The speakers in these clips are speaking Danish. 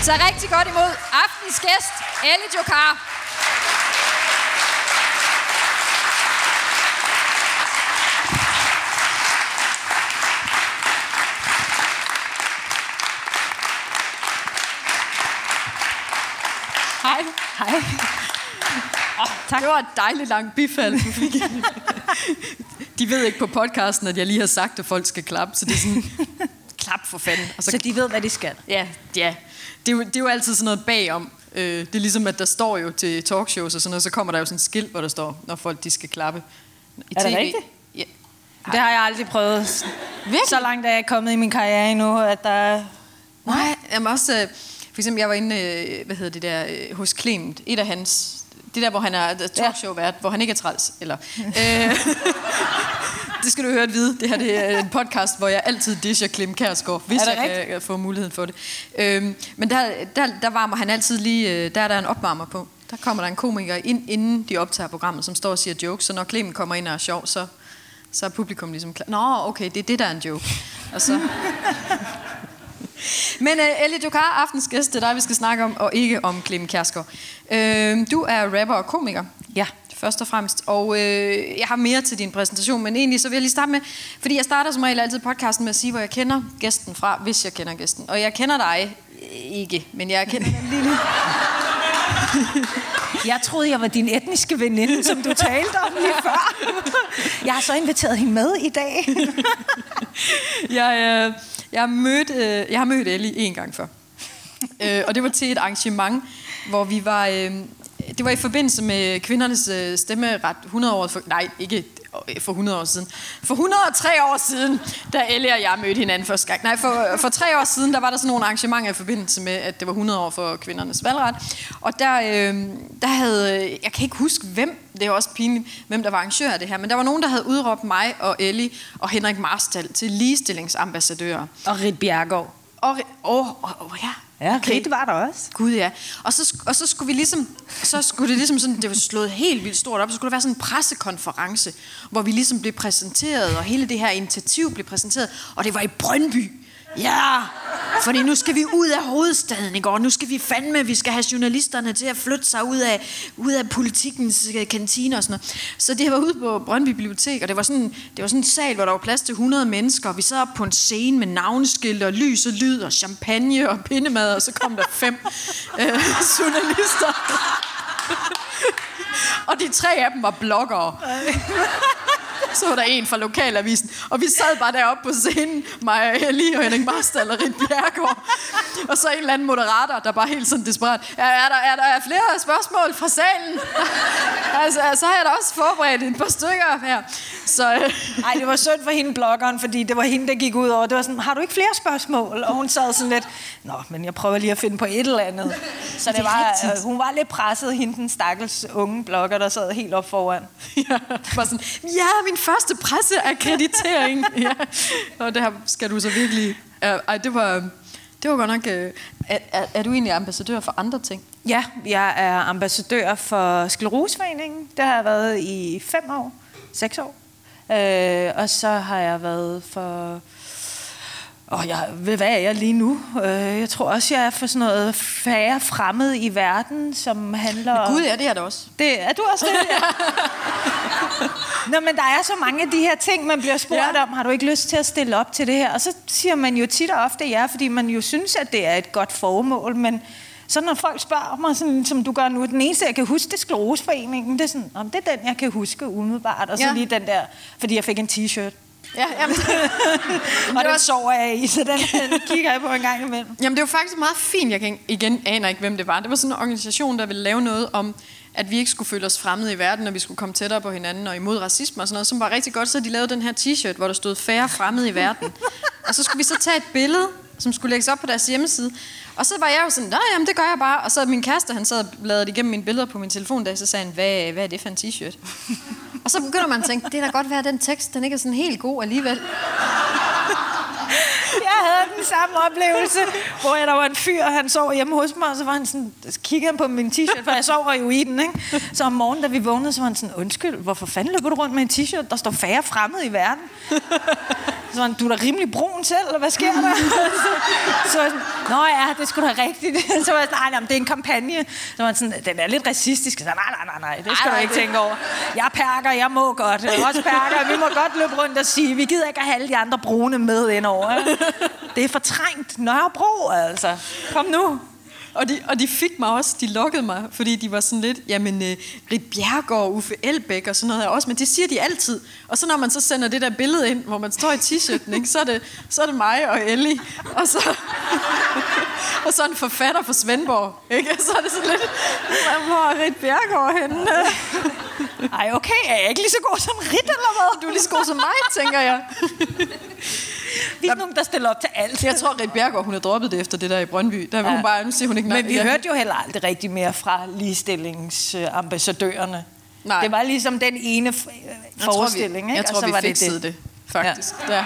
Så rigtig godt imod aftens gæst, Elle Jokar. Hej. Hej. Tak. Det var et dejligt langt bifald. De ved ikke på podcasten, at jeg lige har sagt, at folk skal klappe, så det er sådan, klap for fanden. Og så de ved, hvad de skal. Ja. Det er jo altid sådan noget bagom. Det er ligesom, at der står jo til talkshows og sådan noget, så kommer der jo sådan et skilt, hvor der står, når folk de skal klappe. Er det rigtigt? Ja. Det har jeg aldrig prøvet. Virkelig? Så langt er jeg kommet i min karriere endnu, at der... Nej, jeg også... For eksempel, jeg var inde, hos Clement. Et af hans... Det der, hvor han er talkshow-vært, hvor han ikke er træls. Eller, det skal du høre at vide. Det her det er en podcast, hvor jeg altid disher Clement Kjærsgaard, hvis jeg kan få muligheden for det. Men der varmer han altid lige... Der er der en opvarmer på. Der kommer der en komiker ind, inden de optager programmet, som står og siger jokes. Så når Clement kommer ind og er sjov, så er publikum ligesom klar. Nå, okay, det er det, der er en joke. Og så... Men Elle Jokar, aftens gæst, det er dig, vi skal snakke om, og ikke om Clement Kjærsgaard. Du er rapper og komiker. Ja. Først og fremmest. Og jeg har mere til din præsentation, men egentlig så vil jeg lige starte med, fordi jeg starter som regel altid podcasten med at sige, hvor jeg kender gæsten fra, hvis jeg kender gæsten. Og jeg kender dig ikke, men jeg kender den lille... Jeg troede, jeg var din etniske veninde, som du talte om lige før. Jeg har så inviteret hende med i dag. Jeg har mødt Ellie en gang før. Og det var til et arrangement, hvor vi var... det var i forbindelse med kvindernes stemmeret 100 år... Nej, ikke for 100 år siden. For 103 år siden, da Ellie og jeg mødte hinanden første gang. Nej, for 3 år siden, der var der sådan nogle arrangementer i forbindelse med, at det var 100 år for kvindernes valgret. Og der havde... Jeg kan ikke huske, hvem... Det er også pinligt, hvem der var arrangør af det her. Men der var nogen, der havde udråbt mig og Ellie og Henrik Marstal til ligestillingsambassadører. Og Ritt Bjerregaard. Ja. Ja, Ritt var der også. Gud, ja. Og så skulle vi ligesom... Så skulle det ligesom sådan... Det var slået helt vildt stort op. Så skulle der være sådan en pressekonference, hvor vi ligesom blev præsenteret, og hele det her initiativ blev præsenteret. Og det var i Brøndby. Ja, fordi nu skal vi ud af hovedstaden i går. Nu skal vi skal have journalisterne til at flytte sig ud af politikens kantiner og sådan noget. Så det var ude på Brøndby Bibliotek, og det var sådan en sal, hvor der var plads til 100 mennesker. Og vi sad op på en scene med navneskilte og lys og lyd og champagne og pindemad, og så kom der 5 journalister. Og de 3 af dem var bloggere. Så var der en fra lokalavisen. Og vi sad bare deroppe på scenen, mig og Ellie og Henrik Marstal og Ritt Bjerregaard. Og så en eller anden moderator, der bare helt sådan desperat. Er der flere spørgsmål fra salen? Altså, så har jeg da også forberedt et par stykker her. Ej, det var synd for hende, bloggeren, fordi det var hende, der gik ud over. Det var sådan, har du ikke flere spørgsmål? Og hun sad sådan lidt, nå, men jeg prøver lige at finde på et eller andet. Så det var, hun var lidt presset, hende den stakkels unge blogger, der sad helt op foran. Ja, var sådan, min første presseakkreditering. Ja. Og det her skal du så virkelig... det var godt nok... Er du egentlig ambassadør for andre ting? Ja, jeg er ambassadør for Skleroseforeningen. Det har jeg været i 5 år. 6 år. Og så har jeg været for... hvad er jeg lige nu? Jeg tror også, jeg er for sådan noget færre fremmed i verden, som handler om... Gud, ja, det er det også. Er du også det? Ja. Nå, men der er så mange af de her ting, man bliver spurgt om. Har du ikke lyst til at stille op til det her? Og så siger man jo tit og ofte ja, fordi man jo synes, at det er et godt formål. Men så når folk spørger mig, sådan, som du gør nu, den eneste, jeg kan huske, det er Skleroseforeningen. Det er sådan, det er den, jeg kan huske umiddelbart. Og så lige den der, fordi jeg fik en t-shirt. Ja, jamen. Og den sover jeg i, så den kigger jeg på en gang imellem. Jamen, det var faktisk meget fint. Jeg aner ikke, hvem det var. Det var sådan en organisation, der ville lave noget om, at vi ikke skulle føle os fremmede i verden, og vi skulle komme tættere på hinanden og imod racisme og sådan noget, som var rigtig godt. Så de lavede den her t-shirt, hvor der stod færre fremmede i verden. Og så skulle vi så tage et billede, som skulle lægges op på deres hjemmeside. Og så var jeg jo sådan, jamen det gør jeg bare. Og så min kæreste, han sad og bladrede igennem mine billeder på min telefon, så sagde han, hvad er det for en t-shirt? Og så begynder man at tænke, det er da godt være, at den tekst, den ikke er sådan helt god alligevel. Jeg havde den samme oplevelse, hvor der var en fyr, han sov hjemme hos mig, og så var han sådan, kiggede han på min t-shirt, for jeg sover jo i den, ikke? Så om morgenen, da vi vågnede, så var han sådan, undskyld, hvorfor fanden løber du rundt med en t-shirt, der står færre fremmede i verden? Så var han, du er da rimelig brun selv, eller hvad sker der? Så var jeg sådan, nå ja, det skulle da rigtigt. Så var jeg sådan, nej, det er en kampagne. Så var han sådan, den er lidt racistisk. Så nej, det skal du ikke tænke over. Jeg er perker, jeg må godt. Jeg er også perker, vi må godt løbe rundt og sige, vi gider ikke at have alle de andre brune med indover. Det er fortrængt. Nørrebro, altså. Kom nu. Og de fik mig også, de lokkede mig, fordi de var sådan lidt, jamen, Ritt Bjerregaard, Uffe Elbæk og sådan noget her også, men det siger de altid. Og så når man så sender det der billede ind, hvor man står i t-shirten, ikke, så er det mig og Ellie, og så en forfatter fra Svendborg, ikke? Så er det sådan lidt, hvor er Ritt Bjerregaard henne? Ej, okay, er jeg ikke lige så god som Ritt, eller hvad? Du er lige så god som mig, tænker jeg. Vi er nogen, der stiller op til alt. Jeg tror, Ritt Bjerregaard, hun har droppet det efter det der i Brøndby. Der var hun bare, nu siger hun ikke nej. Men vi hørte jo heller aldrig rigtig mere fra ligestillingsambassadørerne. Nej. Det var ligesom den ene forestilling, ikke? Jeg tror, vi fikset det, faktisk. Ja.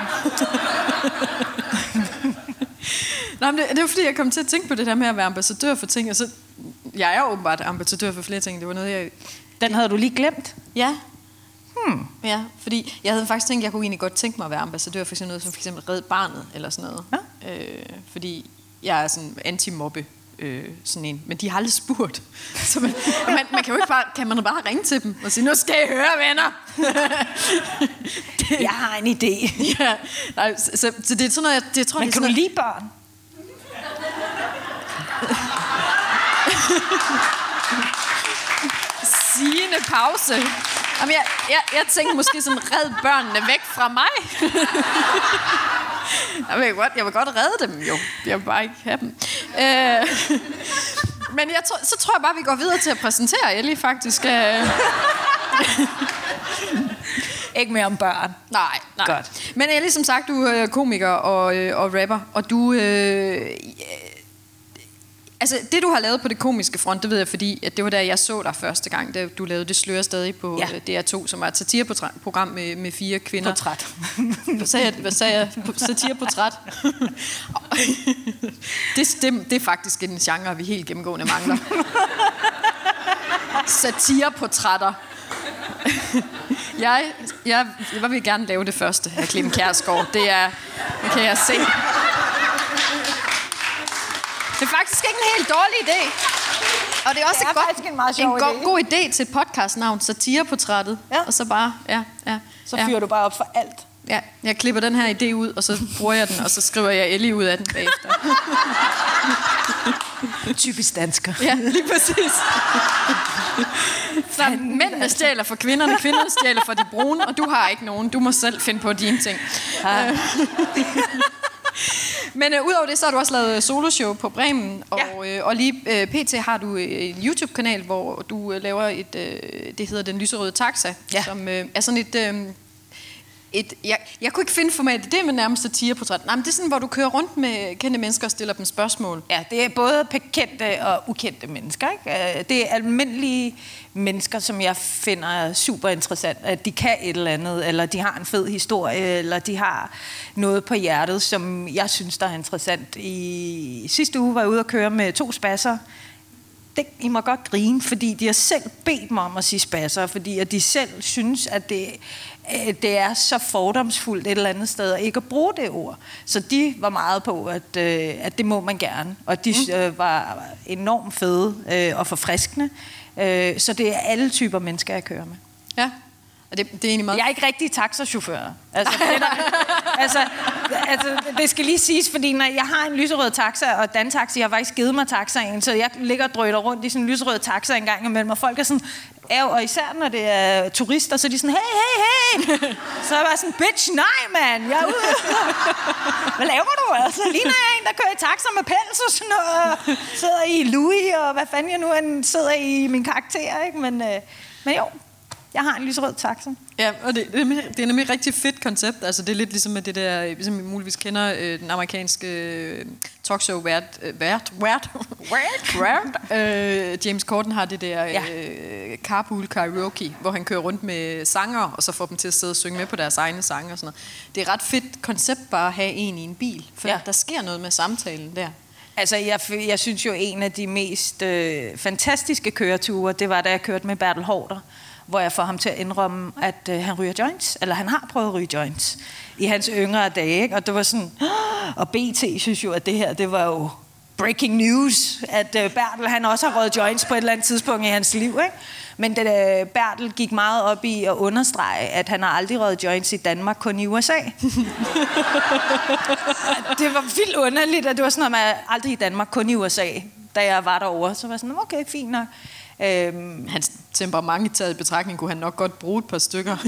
Nej, men det var fordi, jeg kom til at tænke på det der med at være ambassadør for ting. Og så, jeg er åbenbart ambassadør for flere ting. Det var noget, jeg... Den havde du lige glemt? Ja. Ja, fordi jeg havde faktisk tænkt, at jeg kunne egentlig godt tænke mig at være ambassadør for sådan noget som for eksempel Red Barnet eller sådan noget. Ja. Fordi jeg er sådan anti-mobbe sådan en, men de har aldrig spurgt. Så man kan jo ikke bare, kan man bare ringe til dem og sige, nu skal I høre, venner. Jeg har en idé. Ja, nej, så det er sådan noget, jeg tror. Men kan du lide børn? Sigende pause. Jamen, jeg tænkte måske sådan, red børnene væk fra mig. Jeg vil godt redde dem, jo. Jeg vil bare ikke have dem. Men så tror jeg bare, vi går videre til at præsentere Ellie, faktisk. Ikke mere om børn. Nej. Godt. Men Ellie, som sagt, du er komiker og rapper, og du... Altså, det du har lavet på det komiske front, det ved jeg, fordi at det var der, jeg så dig første gang, da du lavede Det slører stadig på DR2, som var et satireprogram med 4 kvinder. Portræt. Hvad sagde jeg? Satireportræt. Det er faktisk en genre, vi helt gennemgående mangler. Satireportrætter. Jeg vil gerne lave det første af Clemen Kjærsgaard. Det kan jeg se. Det er faktisk ikke en helt dårlig idé. Og det er også en god idé til et podcastnavn, Satireportrættet. Ja. Og så bare, Så fyrer du bare op for alt. Ja, jeg klipper den her idé ud, og så bruger jeg den, og så skriver jeg Ellie ud af den bagefter. Typisk dansker. Ja, lige præcis. Så mændene stjæler for kvinderne, kvinderne stjæler for de brune, og du har ikke nogen. Du må selv finde på dine ting. Men udover det, så har du også lavet soloshow på Bremen, og lige pt. har du en YouTube-kanal, hvor du laver det hedder Den Lyserøde Taxa, som er sådan jeg kunne ikke finde formatet, det er med nærmest satireportræt. Nej, men det er sådan, hvor du kører rundt med kendte mennesker og stiller dem spørgsmål. Ja, det er både kendte og ukendte mennesker, ikke? Det er almindelige mennesker, som jeg finder super interessant. At de kan et eller andet, eller de har en fed historie, eller de har noget på hjertet, som jeg synes, der er interessant. I sidste uge var jeg ude at køre med 2 spasser. I må godt grine, fordi de har selv bedt mig om at sige spasser, fordi at de selv synes, at det er så fordomsfuldt et eller andet sted at ikke at bruge det ord. Så de var meget på, at det må man gerne. Og de var enormt fede og forfriskende. Så det er alle typer mennesker, jeg kører med. Ja. Det er egentlig meget... Jeg er ikke rigtig taxachauffør. Det skal lige siges, fordi når jeg har en lyserød taxa, og Dantaxi har faktisk givet mig taxaen, så jeg ligger og drøner rundt i sådan en lyserød taxa en gang imellem, og folk er sådan, og især når det er turister, så er de sådan, hey. Så er jeg bare sådan, bitch, nej, mand, jeg er ude. Hvad laver du? Altså, ligner jeg en, der kører i taxa med pels og sådan noget, og sidder i Louis, og hvad fanden jeg nu sidder i min karakter, ikke? Men jo. Jeg har en lyserød taxa. Ja, og det er nemlig et rigtig fedt koncept. Altså, det er lidt ligesom med det der, som I muligvis kender, den amerikanske talkshow-vært, James Corden har det der carpool karaoke, hvor han kører rundt med sanger, og så får dem til at sidde og synge med på deres egne sange og sådan noget. Det er et ret fedt koncept bare at have en i en bil, for der sker noget med samtalen der. Altså, jeg synes jo, en af de mest fantastiske køreture, det var, da jeg kørte med Bertel Haarder. hvor jeg får ham til at indrømme, at han ryger joints, eller han har prøvet at ryge joints i hans yngre dage, ikke? Og det var sådan, og BT synes jo, at det her, det var jo breaking news, at Bertel, han også har røget joints på et eller andet tidspunkt i hans liv, ikke? Men Bertel gik meget op i at understrege, at han har aldrig røget joints i Danmark, kun i USA. Det var vildt underligt, at det var sådan noget med, aldrig i Danmark, kun i USA, da jeg var derovre. Så var jeg sådan, okay, fint nok. Hans temperament taget i betragtning, kunne han nok godt bruge et par stykker.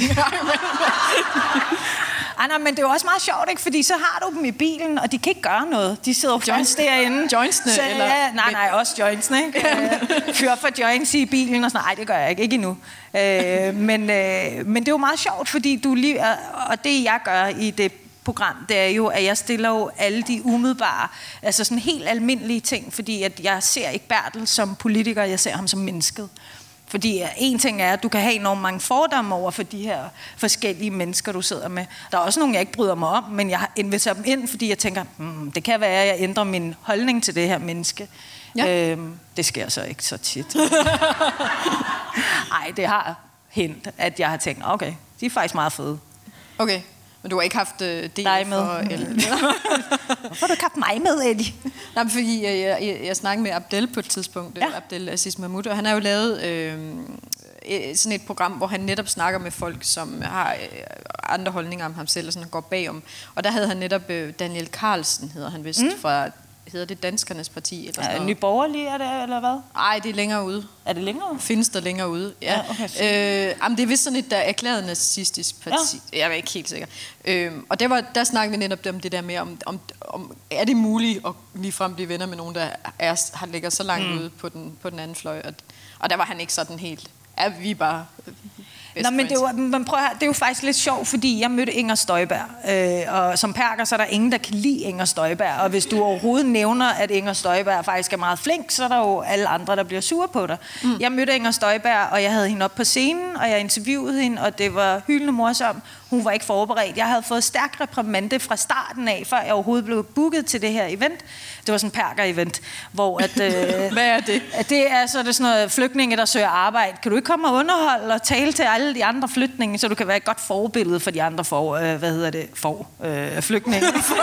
Nej, men det er jo også meget sjovt, ikke? Fordi så har du dem i bilen, og de kan ikke gøre noget. De sidder jo fast derinde. Jointsene? Så, eller? Ja, nej, også jointsene, ikke? Fyr for joints i bilen og sådan. Nej, det gør jeg ikke endnu. Men det er jo meget sjovt, fordi du lige... Og det, jeg gør i det program, det er jo, at jeg stiller jo alle de umiddelbare, altså sådan helt almindelige ting, fordi at jeg ser ikke Bertel som politiker, jeg ser ham som mennesket. Fordi en ting er, at du kan have enormt mange fordomme over for de her forskellige mennesker, du sidder med. Der er også nogle, jeg ikke bryder mig om, men jeg inviterer dem ind, fordi jeg tænker, det kan være, at jeg ændrer min holdning til det her menneske. Ja. Det sker så ikke så tit. Nej, det har hændt, at jeg har tænkt, okay, de er faktisk meget fede. Okay, men du har ikke haft DF dig med. Hvorfor har du ikke haft mig med, Eddie? Nej, fordi jeg snakkede med Abdel på et tidspunkt, Abdel Aziz Mahmoud, og han har jo lavet sådan et program, hvor han netop snakker med folk, som har andre holdninger om ham selv, og sådan han går bagom. Og der havde han netop Daniel Carlsen, hedder han vist, fra... Hedder det Danskernes Parti? Eller sådan noget? Nye Borgerlige er det, eller hvad? Nej, det er længere ude. Er det længere ude? Findes der længere ude, ja. Okay. Det er vist sådan et erklæret narcissistisk parti. Ja. Jeg er ikke helt sikker. Og der snakkede vi netop om det der med, om er det muligt at ligefrem blive venner med nogen, der ligger så langt ude på den anden fløj. Og der var han ikke sådan helt. Ja, vi bare... Nå, men det er jo faktisk lidt sjovt, fordi jeg mødte Inger Støjberg, og som perker, så er der ingen, der kan lide Inger Støjberg, og hvis du overhovedet nævner, at Inger Støjberg faktisk er meget flink, så er der jo alle andre, der bliver sure på dig. Jeg mødte Inger Støjberg, og jeg havde hende op på scenen, og jeg interviewede hende, og det var hyldende morsomt. Hun var ikke forberedt. Jeg havde fået stærk reprimande fra starten af, før jeg overhovedet blev booket til det her event. Det var sådan en perker-event, hvor at... Hvad er det? Det er sådan noget flygtninge, der søger arbejde. Kan du ikke komme og underholde og tale til alle de andre flygtninge, så du kan være et godt forbillede for de andre flygtninge?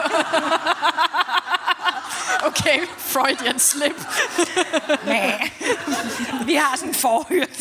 Okay, Freudian slip. Nej, vi har sådan en forhyrt.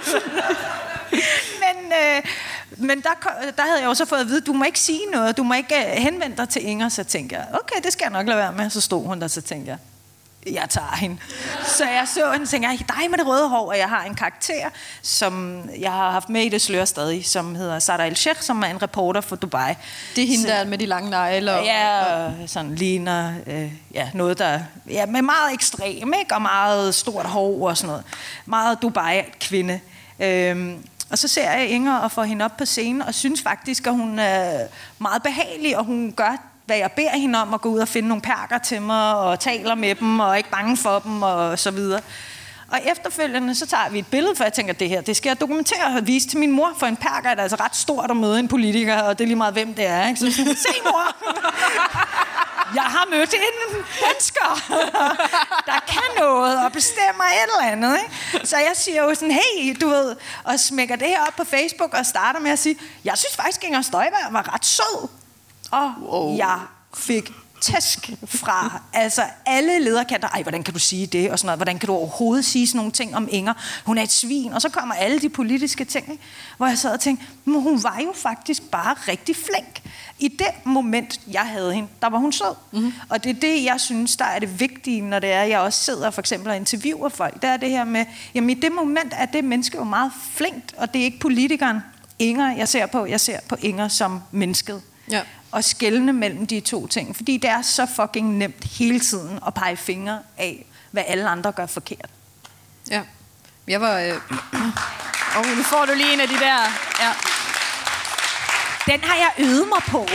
Men der havde jeg jo så fået at vide, du må ikke sige noget, du må ikke henvende dig til Inger. Så tænkte jeg, okay, det skal jeg nok lade være med. Så stod hun der, så tænkte jeg tager hende. Så jeg så hende og tænkte, dig med det røde hår, og jeg har en karakter, som jeg har haft med i Det Slør stadig, som hedder Sara El-Sheikh, som er en reporter for Dubai. Det er hende, der med de lange negle? Ja, sådan ligner noget, der med meget ekstrem, ikke? Og meget stort hår og sådan noget. Meget Dubai-kvinde. Og så ser jeg Inger og får hende op på scenen, og synes faktisk, at hun er meget behagelig, og hun gør, hvad jeg beder hende om, at gå ud og finde nogle perker til mig, og taler med dem, og ikke bange for dem, og så videre. Og efterfølgende, så tager vi et billede, for jeg tænker, det skal jeg dokumentere og vise til min mor, for en perker er det altså ret stort at møde en politiker, og det er lige meget, hvem det er. Ikke? Så sådan, se mor! Jeg har mødt en dansker, der kan noget og bestemmer et eller andet. Ikke? Så jeg siger jo sådan, hey, du ved, og smækker det her op på Facebook og starter med at sige, jeg synes faktisk, Inger Støjberg var ret sød. Og jeg fik tæsk fra alle lederkanter. Ej, hvordan kan du sige det? Og sådan noget. Hvordan kan du overhovedet sige sådan nogle ting om Inger? Hun er et svin. Og så kommer alle de politiske ting, ikke? Hvor jeg sad og tænkte, men hun var jo faktisk bare rigtig flink. I det moment, jeg havde hende, der var hun sød. Mm-hmm. Og det er det, jeg synes, der er det vigtige, når det er, jeg også sidder for eksempel og interviewer folk. Det er det her med, jamen i det moment er det menneske jo meget flinkt, og det er ikke politikeren Inger, jeg ser på Inger som mennesket. Ja. Og skelne mellem de to ting. Fordi det er så fucking nemt hele tiden at pege fingre af, hvad alle andre gør forkert. Ja. Jeg var... nu får du lige en af de der... Ja. Den har jeg øvet mig på.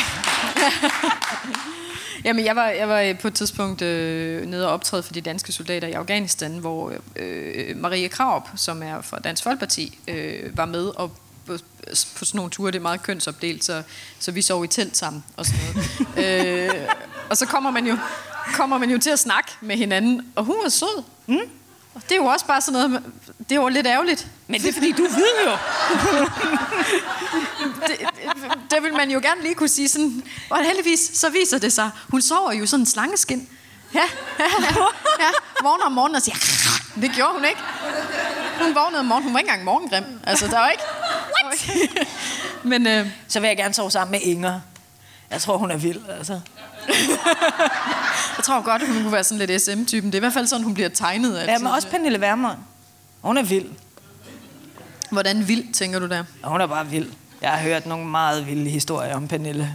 Jamen, jeg var på et tidspunkt nede og optræde for de danske soldater i Afghanistan, hvor Marie Krarup, som er fra Dansk Folkeparti, var med og på sådan nogle ture, det er meget kønsopdelt, så vi sov i telt sammen og sådan noget. Og så kommer man jo til at snakke med hinanden, og hun var sød. Det er jo også bare sådan noget, det er jo lidt ærgerligt. Men det er fordi, du ved jo. det vil man jo gerne lige kunne sige sådan, og heldigvis så viser det sig, hun sover jo sådan en slangeskin. Ja, vågner om morgenen og siger, det gjorde hun ikke. Hun vågnede om morgenen, hun var ikke engang morgengrim. Altså, der var ikke... Men, så vil jeg gerne sove sammen med Inger. Jeg tror, hun er vild, altså. Jeg tror godt, hun kunne være sådan lidt SM-typen. Det er i hvert fald sådan, hun bliver tegnet. Ja, men også Pernille Vermund. Hun er vild. Hvordan vild, tænker du der? Ja, hun er bare vild. Jeg har hørt nogle meget vilde historier om Pernille.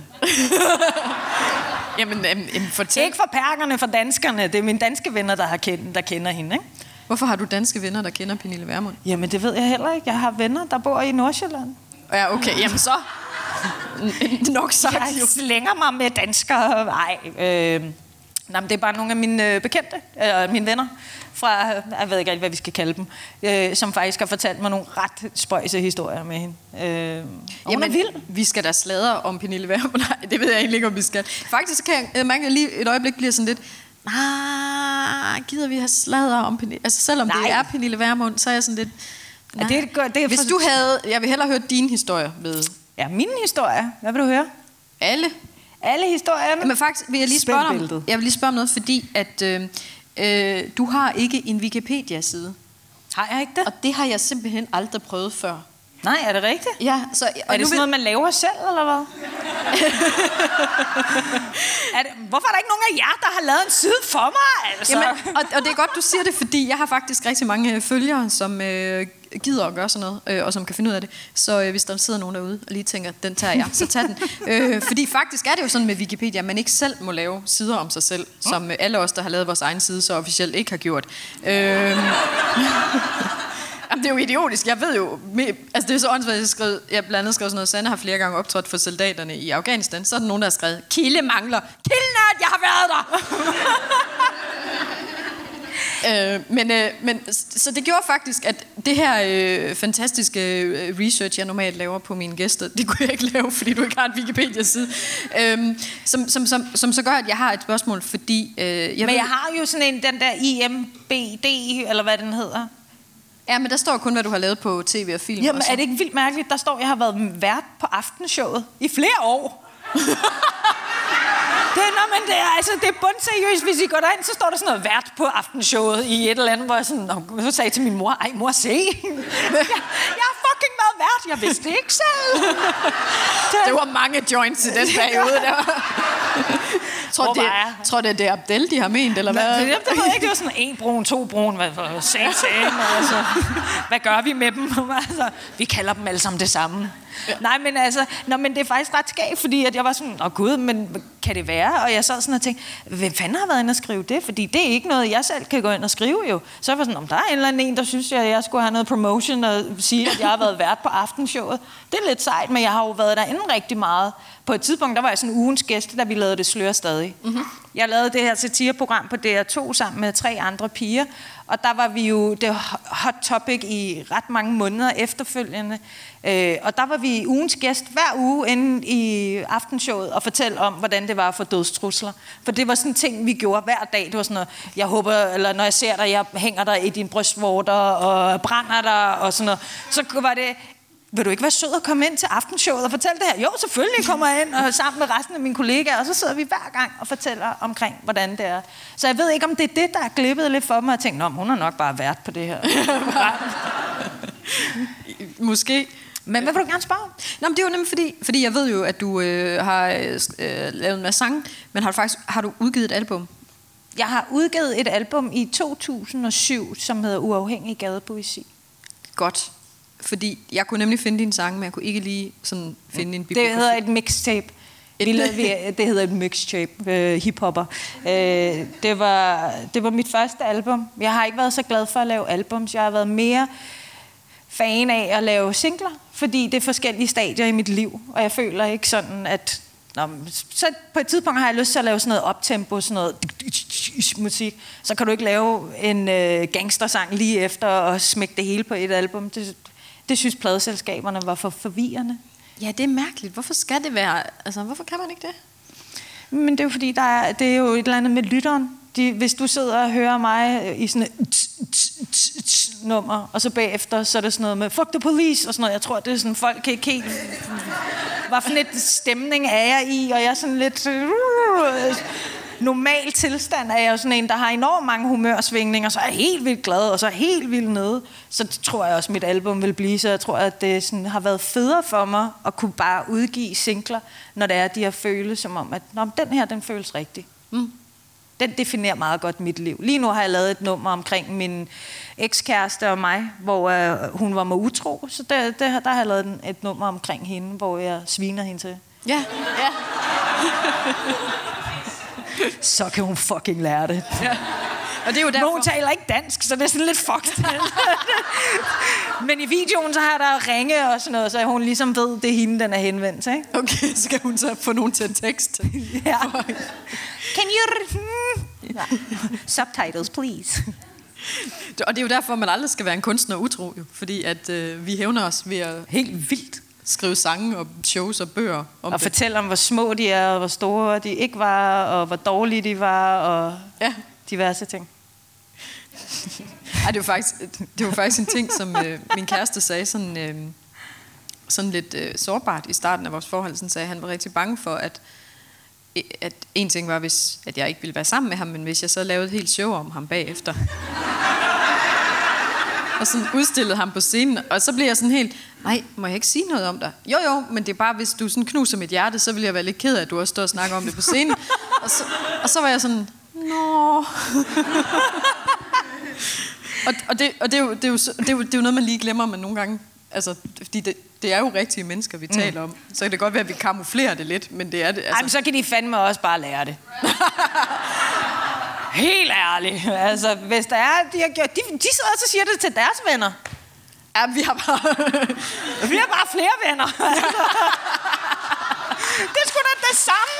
Jamen, fortæl. Ikke for perkerne, for danskerne. Det er mine danske venner, der kender hende, ikke? Hvorfor har du danske venner, der kender Pernille Vermund? Jamen, det ved jeg heller ikke. Jeg har venner, der bor i Nordsjælland. Ja, okay. Jamen så... Nok sagt. Jeg slænger mig med danskere. Nej, men det er bare nogle af mine bekendte, mine venner, fra, jeg ved ikke rigtig, hvad vi skal kalde dem, som faktisk har fortalt mig nogle ret spøjse historier med hende. Jamen, vi skal da sladre om Pernille Vermund. Nej, det ved jeg egentlig ikke, om vi skal. Faktisk kan jeg mærke, at lige et øjeblik bliver sådan lidt, gider vi have sladre om Pernille? Altså, selvom det er Pernille Vermund, så er jeg sådan lidt... Det hvis du havde... Jeg vil hellere høre dine historier ved... Ja, mine historier. Hvad vil du høre? Alle historierne? Men faktisk vil jeg lige spørge om noget, fordi at du har ikke en Wikipedia-side. Har jeg ikke det? Og det har jeg simpelthen aldrig prøvet før. Nej, er det rigtigt? Ja. Så, er det sådan noget, man laver selv, eller hvad? Hvorfor er der ikke nogen af jer, der har lavet en side for mig? Altså? Jamen, og det er godt, du siger det, fordi jeg har faktisk rigtig mange følgere, som gider at gøre sådan noget, og som kan finde ud af det. Så hvis der sidder nogen derude og lige tænker, den tager jeg, så tag den. Fordi faktisk er det jo sådan med Wikipedia, at man ikke selv må lave sider om sig selv, som alle os, der har lavet vores egen side, så officielt ikke har gjort. Jamen, det er jo idiotisk. Jeg ved jo... Altså, det er så åndssvagt, jeg blandt andet skrev sådan noget. Sanne har flere gange optrådt for soldaterne i Afghanistan. Så er der nogen, der har skrevet, Kilde mangler. Kildnat, jeg har været der! Så det gjorde faktisk, at det her fantastiske research, jeg normalt laver på mine gæster, det kunne jeg ikke lave, fordi du ikke har en Wikipedia-side. Som så gør, at jeg har et spørgsmål, fordi... jeg har jo sådan en, den der IMBD, eller hvad den hedder. Ja, men der står kun, hvad du har lavet på tv og film. Jamen, er det ikke vildt mærkeligt? Der står, at jeg har været vært på Aftenshowet i flere år. Det er bundseriøst. Hvis I går derind, så står der sådan noget vært på Aftenshowet i et eller andet, hvor jeg så sagde til min mor, ej mor, se. Jeg har fucking været vært. Jeg vidste det ikke selv. Det var mange joints i den periode der. Tror det er Abdel, de har ment, eller hvad? Det ved jeg ikke. Det var sådan 1 brun, 2 brun. Hvad gør vi med dem? Altså, vi kalder dem alle sammen det samme. Ja. Nej, men det er faktisk ret skægt, fordi at jeg var sådan, gud, men kan det være? Og jeg sad sådan og tænkte, hvem fanden har været inde og skrive det? Fordi det er ikke noget, jeg selv kan gå ind og skrive jo. Så jeg var sådan, om der er en eller anden, der synes, at jeg skulle have noget promotion og sige, at jeg har været vært på Aftenshowet. Det er lidt sejt, men jeg har jo været derinde rigtig meget. På et tidspunkt, der var jeg sådan ugens gæst, da vi lavede Det Slører Stadig. Mm-hmm. Jeg lavede det her satireprogram på DR2 sammen med 3 andre piger, og der var vi jo det hot topic i ret mange måneder efterfølgende. Og der var vi ugens gæst hver uge inde i Aftenshowet og fortælle om, hvordan det var at få dødstrusler. For det var sådan en ting, vi gjorde hver dag. Det var sådan noget, jeg håber, eller når jeg ser dig, jeg hænger dig i din brystvorter og brænder dig og sådan noget. Så var det... Vil du ikke være sød at komme ind til Aftenshowet og fortælle det her? Jo, selvfølgelig kommer jeg ind og sammen med resten af mine kollegaer, og så sidder vi hver gang og fortæller omkring, hvordan det er. Så jeg ved ikke, om det er det, der er glippet lidt for mig, og tænkt, hun har nok bare været på det her. Måske. Men hvad vil du gerne spørge om? Nå, men det er jo nemlig fordi jeg ved jo, at du har lavet en masse sange, men har du udgivet et album? Jeg har udgivet et album i 2007, som hedder Uafhængig Gadepoesi. Godt. Fordi jeg kunne nemlig finde din sang, men jeg kunne ikke lige sådan finde en bibliografi. Det hedder et mixtape. Det hedder et mixtape, hiphopper. Det var mit første album. Jeg har ikke været så glad for at lave albums. Jeg har været mere fan af at lave singler, fordi det er forskellige stadier i mit liv, og jeg føler ikke sådan, at... så på et tidspunkt har jeg lyst til at lave sådan noget optempo, sådan noget musik. Så kan du ikke lave en gangstersang lige efter og smække det hele på et album. Det synes pladeselskaberne var for forvirrende. Ja, det er mærkeligt. Hvorfor skal det være? Altså, hvorfor kan man ikke det? Men det er jo fordi, det er jo et eller andet med lytteren. Hvis du sidder og hører mig i sådan nummer, og så bagefter, så er det sådan noget med, fuck the police, og sådan noget. Jeg tror, det er sådan, folk kan ikke helt... Hvad for lidt stemning er jeg i, og jeg er sådan lidt... Normal tilstand er jeg jo sådan en, der har enormt mange humørsvingninger, så er jeg helt vildt glad, og så er jeg helt vildt nede. Så tror jeg også, mit album vil blive, så jeg tror, at det sådan har været federe for mig at kunne bare udgive singler, når det er, de har føles som om, at den her, den føles rigtig. Den definerer meget godt mit liv. Lige nu har jeg lavet et nummer omkring min ekskæreste og mig, hvor hun var mig utro, så der har jeg lavet et nummer omkring hende, hvor jeg sviner hende til. Ja, ja. Så kan hun fucking lære det. Ja. Og det er jo derfor... Hun taler ikke dansk, så det er sådan lidt fucked. Men i videoen, så har der ringe og sådan noget, så hun ligesom ved, det er hende, den er henvendt til. Ikke? Okay, så kan hun så få nogen til en tekst. Ja. Can you... Ja. Subtitles, please. Og det er jo derfor, man aldrig skal være en kunstner utro, jo. Fordi at vi hævner os ved at... Helt vildt. Skrive sange og shows og bøger om og fortælle om, hvor små de er, og hvor store de ikke var, og hvor dårlige de var, og diverse ting. Ej, det var faktisk en ting, som min kæreste sagde sådan lidt sårbart i starten af vores forhold. Sådan sagde, han var rigtig bange for, at en ting var, at jeg ikke ville være sammen med ham, men hvis jeg så lavede et helt show om ham bagefter. Og sådan udstillede ham på scenen, og så blev jeg sådan helt, nej, må jeg ikke sige noget om dig? Jo, men det er bare, hvis du sådan knuser mit hjerte, så vil jeg være lidt ked af, at du også står og snakker om det på scenen. Og så var jeg sådan, nå. og det er jo noget, man lige glemmer, men nogle gange, altså, fordi det er jo rigtige mennesker, vi taler om. Så kan det godt være, at vi kamuflerer det lidt, men det er det. Altså. Ej, men så kan de fandme også bare lære det. Helt ærligt. Altså, hvis der er... De sidder og så siger det til deres venner. Ja, vi har bare flere venner. Det er sgu da det samme.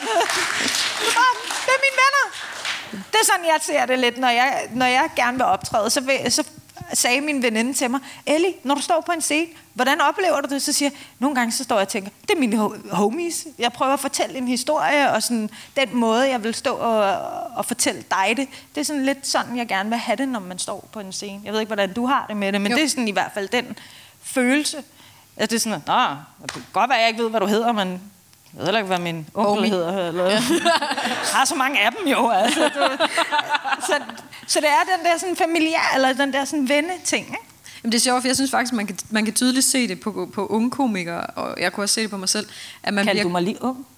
Det er mine venner. Det er sådan, jeg ser det lidt, når jeg gerne vil optræde. Så sagde min veninde til mig, Ellie, når du står på en scene, hvordan oplever du det? Så siger jeg, nogle gange så står jeg og tænker, det er mine homies. Jeg prøver at fortælle en historie, og sådan, den måde, jeg vil stå og fortælle dig det, det er sådan lidt sådan, jeg gerne vil have det, når man står på en scene. Jeg ved ikke, hvordan du har det med det, men det er sådan i hvert fald den følelse. At det er sådan, det kan godt være, jeg ikke ved, hvad du hedder, men jeg ved heller ikke, hvad min onkel hedder. Eller. Jeg har så mange af dem jo. Altså. Så det er den der sådan familiær, eller den der sådan venneting, ikke? Jamen det er sjovt, for jeg synes faktisk, man kan tydeligt se det på unge komikere, og jeg kunne også se det på mig selv. At man Kaldte du mig lige ung?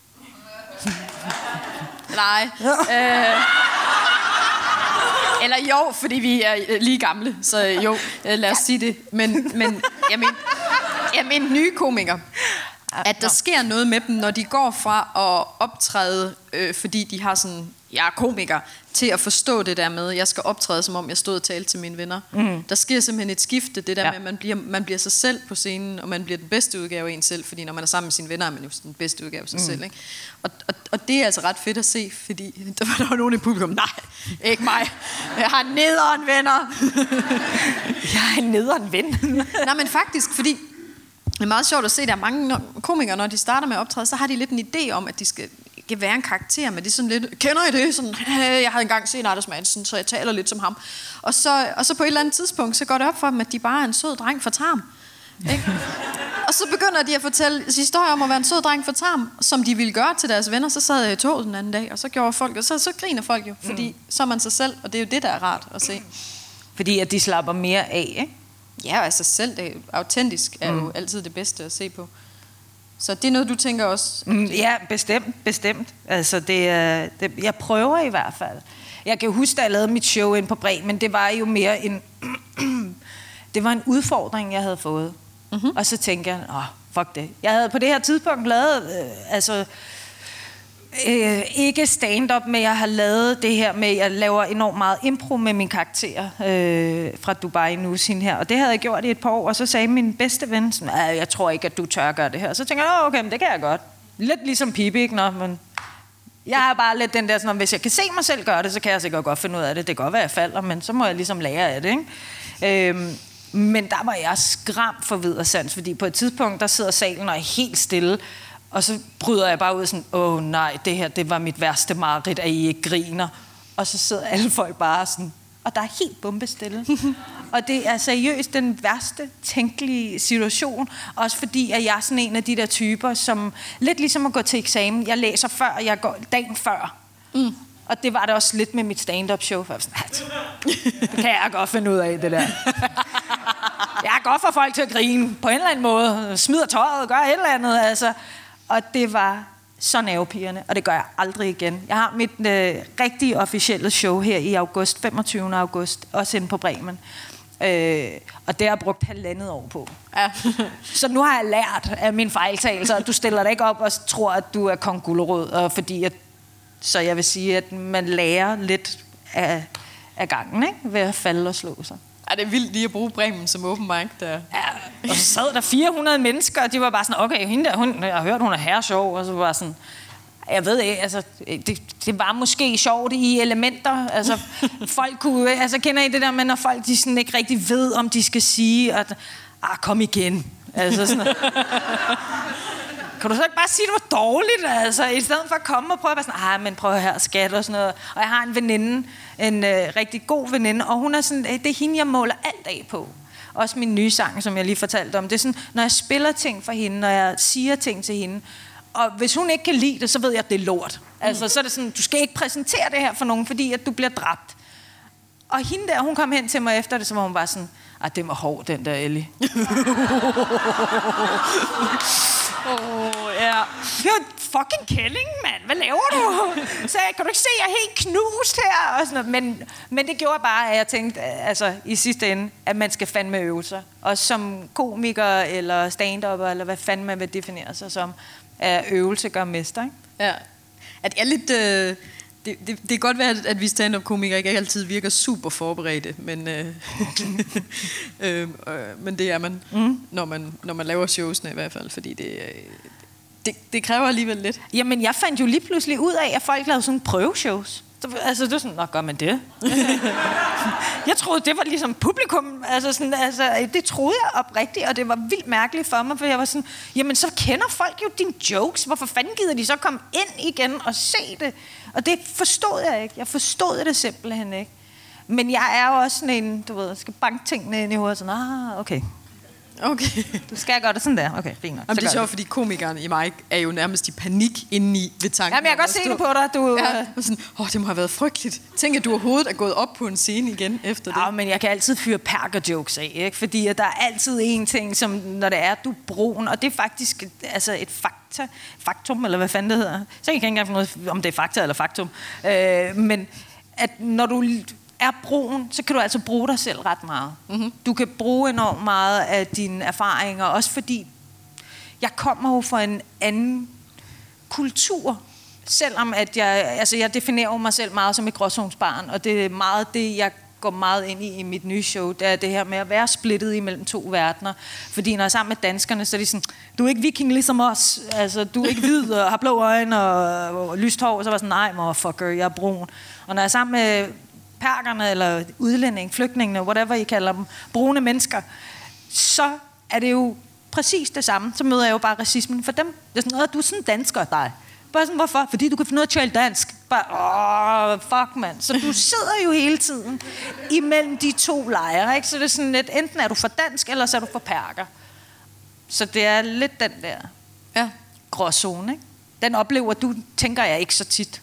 Nej. Eller jo, fordi vi er lige gamle, så jo, lad os sige det. Men jeg mener nye komikere. At der sker noget med dem, når de går fra at optræde, fordi de har sådan, jeg er komiker, til at forstå det der med, jeg skal optræde, som om jeg stod og talte til mine venner. Der sker simpelthen et skifte, det der med, at man bliver sig selv på scenen, og man bliver den bedste udgave af en selv, fordi når man er sammen med sine venner, er man jo den bedste udgave af sig selv. Ikke? Og det er altså ret fedt at se, fordi der var nogen i publikum, nej, ikke mig, jeg har nederen venner. Jeg har en nederen ven. Nej, men faktisk, fordi det er meget sjovt at se, at der er mange komikere, når de starter med at optræde, så har de lidt en idé om, at de skal være en karakter, men det er sådan lidt, kender I det? Sådan, jeg havde engang set Anders Madsen, så jeg taler lidt som ham. Og så på et eller andet tidspunkt, så går det op for dem, at de bare er en sød dreng fra Tarm. Ikke? Og så begynder de at fortælle historier om at være en sød dreng fra Tarm, som de ville gøre til deres venner. Så sad jeg i toget den anden dag, og så gjorde folk, og så griner folk jo, fordi så er man sig selv, og det er jo det, der er rart at se. Fordi at de slapper mere af, ikke? Ja, altså selv det autentisk er jo altid det bedste at se på. Så det er noget, du tænker også? Ja, bestemt. Altså, jeg prøver i hvert fald. Jeg kan huske, da jeg lavede mit show ind på Bremen, det var jo mere en... det var en udfordring, jeg havde fået. Og så tænkte jeg, fuck det. Jeg havde på det her tidspunkt lavet... ikke stand-up, men jeg har lavet det her med, jeg laver enormt meget impro med min karakter fra Dubai Nusin her, og det havde jeg gjort i et par år, og så sagde min bedste ven sådan, jeg tror ikke, at du tør gøre det her. Så tænker jeg, okay, men det kan jeg godt. Lidt ligesom Pippi, ikke? Men jeg har bare lidt den der sådan, hvis jeg kan se mig selv gøre det, så kan jeg sikkert godt finde ud af det. Det kan godt være, jeg falder, men så må jeg ligesom lære af det, ikke? Men der var jeg skræmt for vid og sans, fordi på et tidspunkt, der sidder salen og er helt stille, og så bryder jeg bare ud sådan, nej, det her, det var mit værste mareridt, at I ikke griner. Og så sidder alle folk bare sådan, og der er helt bombestille. Og det er seriøst den værste tænkelige situation, også fordi at jeg er sådan en af de der typer, som lidt ligesom at gå til eksamen. Jeg læser før, jeg går dagen før. Og det var det også lidt med mit stand-up show. For det kan jeg godt finde ud af, det der. Jeg er godt for folk til at grine på en eller anden måde. Smider tøjet, gør et eller andet. Altså. Og det var så nervepirrende, og det gør jeg aldrig igen. Jeg har mit rigtige officielle show her i august, 25. august, også inde på Bremen. Og det har jeg brugt 1,5 år på. Ja. Så nu har jeg lært af mine fejltagelser, at du stiller dig ikke op og tror, at du er kong Gulerod, og fordi at, så jeg vil sige, at man lærer lidt af gangen, ikke? Ved at falde og slå sig. Ja, det er vildt lige at bruge Bremen som open mic der. Ja, og så sad der 400 mennesker, og de var bare sådan, okay, hende der, jeg har hørt, hun er herresjov, og så var sådan, jeg ved ikke, altså, det var måske sjovt i elementer, altså, folk kunne, altså, kender I det der med, når folk, de sådan ikke rigtig ved, om de skal sige, at, kom igen, altså sådan. Kan du så ikke bare sige, at det var dårligt, altså, i stedet for at komme og prøve at være sådan, men prøv her, skat og sådan noget. Og jeg har en veninde, en rigtig god veninde, og hun er sådan, det er hende, jeg måler alt af på. Også min nye sang, som jeg lige fortalte om. Det er sådan, når jeg spiller ting for hende, når jeg siger ting til hende, og hvis hun ikke kan lide det, så ved jeg, at det er lort. Altså, så er det sådan, du skal ikke præsentere det her for nogen, fordi at du bliver dræbt. Og hende der, hun kom hen til mig efter det, så var hun bare sådan, det var hård, den der Ellie. Ja. Det var fucking kælling, mand. Hvad laver du? Så kan du ikke se, at jeg er helt knust her? Og sådan noget. Men det gjorde bare, at jeg tænkte, altså i sidste ende, at man skal fandme øve sig. Også som komiker eller stand-upper, eller hvad fanden man vil definere sig som, at øvelse gør mester, ikke? Ja. At jeg er lidt... Det kan godt være, at vi stand-up-komikere ikke altid virker super forberedte, men, men det er man, når man laver showsene i hvert fald, fordi det kræver alligevel lidt. Jamen, jeg fandt jo lige pludselig ud af, at folk lavede sådan prøveshows. Altså, det er sådan, gør man det? Jeg troede, det var ligesom publikum. Altså, det troede jeg oprigtigt, og det var vildt mærkeligt for mig, for jeg var sådan, jamen, så kender folk jo dine jokes. Hvorfor fanden gider de så komme ind igen og se det? Og det forstod jeg ikke. Jeg forstod det simpelthen ikke. Men jeg er jo også sådan en, du ved, skal banke tingene ind i hovedet, sådan, okay. Du skal gøre det sådan der. Okay, fint nok. Jamen, det er sjovt, fordi komikeren i mig er jo nærmest i panik indeni ved tanken. Jamen, jeg kan godt se det på dig. Du... Ja, sådan, det må have været frygteligt. Tænk, at du overhovedet er gået op på en scene igen efter det. Ja, men jeg kan altid fyre perker-jokes af, ikke? Fordi at der er altid en ting, som når det er, du er brun, og det er faktisk altså et faktum, eller hvad fanden det hedder. Så jeg kan ikke engang finde ud af, om det er fakta eller faktum. Men at når du er brun, så kan du altså bruge dig selv ret meget. Mm-hmm. Du kan bruge enormt meget af dine erfaringer, også fordi jeg kommer jo fra en anden kultur, selvom at jeg definerer mig selv meget som et gråzonsbarn, og det er meget det, jeg går meget ind i mit nye show, det er det her med at være splittet imellem to verdener. Fordi når jeg er sammen med danskerne, så er de sådan, du er ikke viking ligesom os, altså du er ikke hvid og har blå øjne og lyst hår, og så var jeg sådan, nej motherfucker, jeg er brun. Og når jeg er sammen med perkerne, eller udlænding, flygtningene, whatever I kalder dem, brune mennesker, så er det jo præcis det samme. Så møder jeg jo bare racismen for dem. Det er sådan, du er sådan dansker, dig. Bare sådan, hvorfor? Fordi du kan finde ud af at tale dansk. Bare, fuck, mand. Så du sidder jo hele tiden imellem de to lejre, ikke? Så det er sådan lidt, enten er du for dansk, eller så er du for perker. Så det er lidt den der gråzone, ikke? Den oplever du, tænker jeg ikke så tit.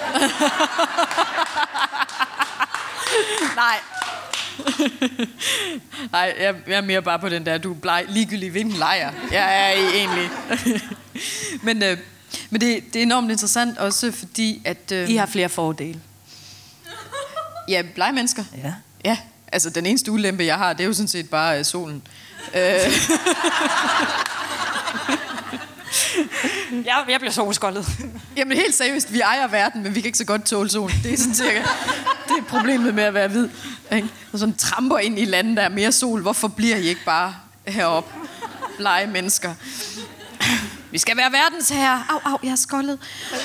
Nej, jeg er mere bare på den der, du er bleg, ligegyldig hvilken lejr. Jeg er egentlig. Men det er enormt interessant også, fordi at... I har flere fordele. Ja, blege mennesker. Ja, altså den eneste ulempe, jeg har, det er jo sådan set bare solen. Jeg bliver solskoldet. Jamen helt seriøst, vi ejer verden, men vi kan ikke så godt tåle solen. Det er sådan cirka, det er problemet med at være hvid. Ikke? Og sådan tramper ind i lande, der er mere sol. Hvorfor bliver I ikke bare heroppe? Blege mennesker. Vi skal være verdensherre. Au, jeg er skoldet.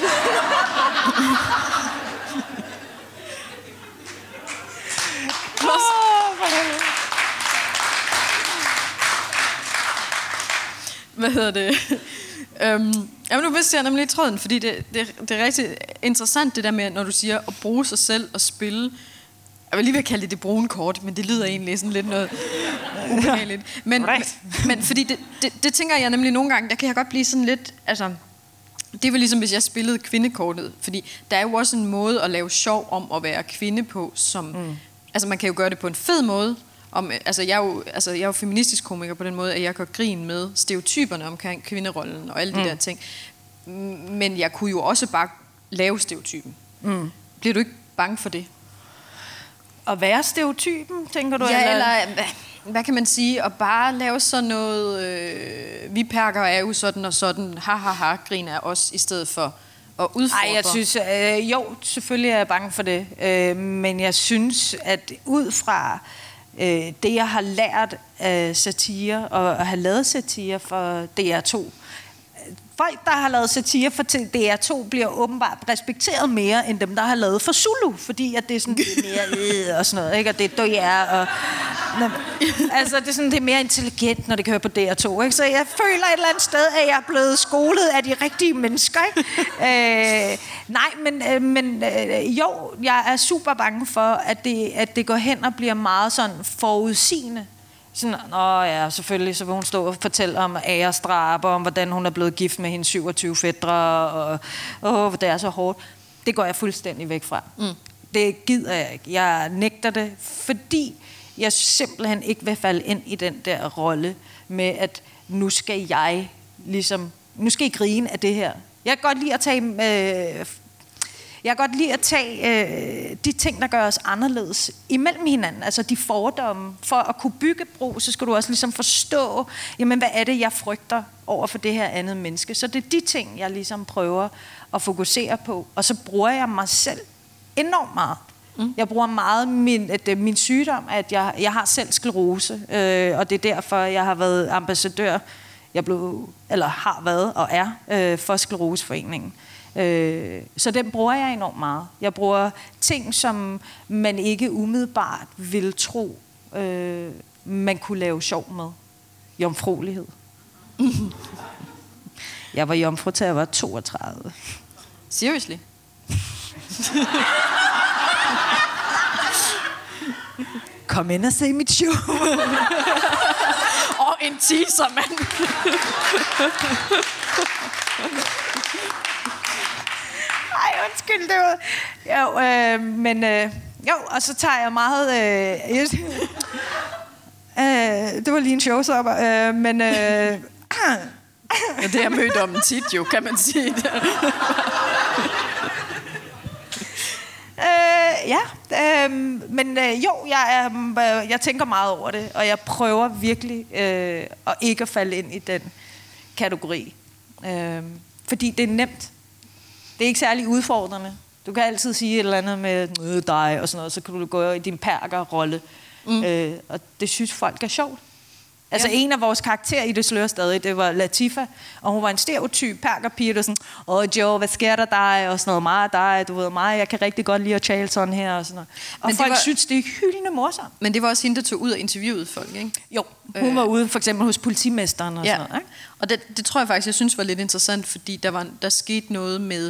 Hvad hedder det? Jamen nu vidste jeg nemlig i tråden, fordi det er rigtig interessant det der med, når du siger at bruge sig selv og spille Jeg vil lige ved at kalde det brune kort, men det lyder egentlig sådan lidt noget ubehageligt. Men fordi det tænker jeg nemlig nogle gange, der kan jeg godt blive sådan lidt, altså, det var ligesom hvis jeg spillede kvindekortet, fordi der er jo også en måde at lave sjov om at være kvinde på, som, altså man kan jo gøre det på en fed måde. Jeg er jo feministisk komiker på den måde, at jeg kan grine med stereotyperne omkring kvinderollen og alle de der ting. Men jeg kunne jo også bare lave stereotypen. Bliver du ikke bange for det? At være stereotypen, tænker du? Ja, eller hvad kan man sige? At bare lave sådan noget, vi perker er jo sådan og sådan, grin af os, i stedet for at udfordre. Nej, jeg synes, jo, selvfølgelig er jeg bange for det. Men jeg synes, at ud fra det, jeg har lært af satire, og at have lavet satire for DR2, folk, der har lavet satire for DR2, bliver åbenbart respekteret mere, end dem, der har lavet for Zulu, fordi at det er sådan det er mere og sådan noget, ikke? Og det er og altså det er sådan det er mere intelligent, når det kører på DR2, ikke? Så jeg føler et eller andet sted, at jeg er blevet skolet af de rigtige mennesker, ikke? Men jo, jeg er super bange for, at det går hen og bliver meget sådan forudsigende. Sådan, ja, selvfølgelig, så vil hun stå og fortælle om æresdrab, og om hvordan hun er blevet gift med hendes 27 fætre, og det er så hårdt. Det går jeg fuldstændig væk fra. Det gider jeg ikke. Jeg nægter det, fordi jeg simpelthen ikke vil falde ind i den der rolle med, at nu skal I grine af det her. Jeg kan godt lide at tage de ting, der gør os anderledes imellem hinanden, altså de fordomme. For at kunne bygge bro, så skal du også ligesom forstå, jamen hvad er det, jeg frygter over for det her andet menneske. Så det er de ting, jeg ligesom prøver at fokusere på, og så bruger jeg mig selv enormt meget. Jeg bruger meget min sygdom, at jeg har selv sklerose, og det er derfor, jeg har været ambassadør, har været og er for Skleroseforeningen. Så den bruger jeg enormt meget. Jeg bruger ting, som man ikke umiddelbart vil tro, man kunne lave sjov med. Jomfruelighed. Jeg var jomfru til jeg var 32. Seriously? Kom ind og se mit show. En teaser, mand. Undskyld, det var... og så tager jeg meget... det var lige en showstopper, ja, det har jeg mødt om tit jo, kan man sige. Jeg tænker meget over det, og jeg prøver virkelig at ikke at falde ind i den kategori. Fordi det er nemt. Det er ikke særlig udfordrende. Du kan altid sige et eller andet med dig og sådan noget, så kan du gå i din perker-rolle. Og det synes folk er sjovt. Altså en af vores karakterer i Det slører stadig, det var Latifa, og hun var en stereotyp perkerpige, der sådan, Joe, hvad sker der dig? Og sådan noget, meget dig, du ved mig, jeg kan rigtig godt lide at tale sådan her og sådan noget. Og folk synes, det er hyldende morsomt. Men det var også hende, der tog ud og interviewede folk, ikke? Jo, hun var ude for eksempel hos politimesteren og sådan noget, ikke? Og det tror jeg faktisk, jeg synes var lidt interessant, fordi der skete noget med,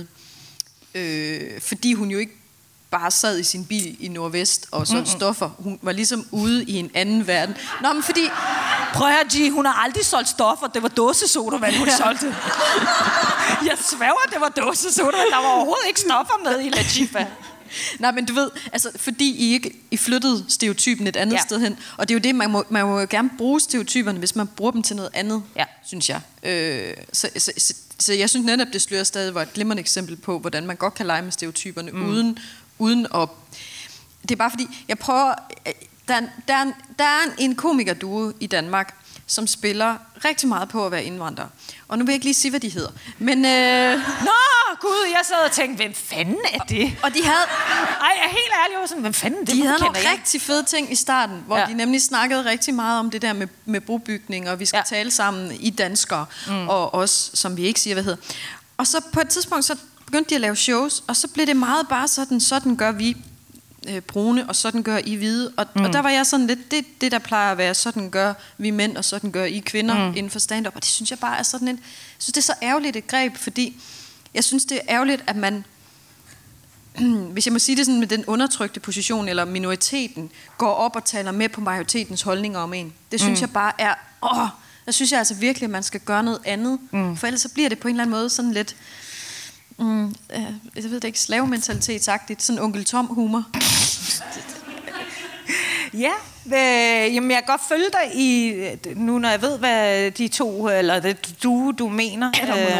fordi hun jo ikke bare sad i sin bil i Nordvest og solgte stoffer. Hun var ligesom ude i en anden verden. Nå, men fordi... Prøv at høre, hun har aldrig solgt stoffer. Det var dåsesodavand, hun solgte. Jeg sværger, det var dåsesodavand. Der var overhovedet ikke stoffer med i Latifa. Nej, men du ved, altså, fordi I flyttede stereotypen et andet sted hen. Og det er jo det, man må jo gerne bruge stereotyperne, hvis man bruger dem til noget andet, synes jeg. Så jeg synes netop, Det slører stadig var et glimrende eksempel på, hvordan man godt kan lege med stereotyperne, uden at... Det er bare fordi, jeg prøver... Der er en komikerduo i Danmark, som spiller rigtig meget på at være indvandrer. Og nu vil jeg ikke lige sige, hvad de hedder. Men... Nå, gud, jeg sad og tænkte, hvem fanden er det? Og de havde... Ej, jeg er helt ærlig, jeg var sådan, hvem fanden det? De havde nogle rigtig fede ting i starten, hvor de nemlig snakkede rigtig meget om det der med brobygning, og vi skal tale sammen i danskere, og os, som vi ikke siger, hvad hedder. Og så på et tidspunkt, så begyndte de at lave shows, og så blev det meget bare sådan gør vi brune, og sådan gør I hvide. Og der var jeg sådan lidt, det der plejer at være, sådan gør vi mænd, og sådan gør I kvinder inden for stand-up. Og det synes jeg bare er sådan jeg synes, det er så ærgerligt et greb, fordi jeg synes, det er ærgerligt, at man hvis jeg må sige det sådan med den undertrykte position, eller minoriteten, går op og taler med på majoritetens holdninger om en. Det synes jeg bare er, der synes jeg altså virkelig, at man skal gøre noget andet. For ellers så bliver det på en eller anden måde sådan lidt, jeg ved det ikke, slavementalitetsagtigt, sådan Onkel Tom humor. Ja, jamen jeg kan godt følge dig i, nu når jeg ved, hvad de to, eller det du mener.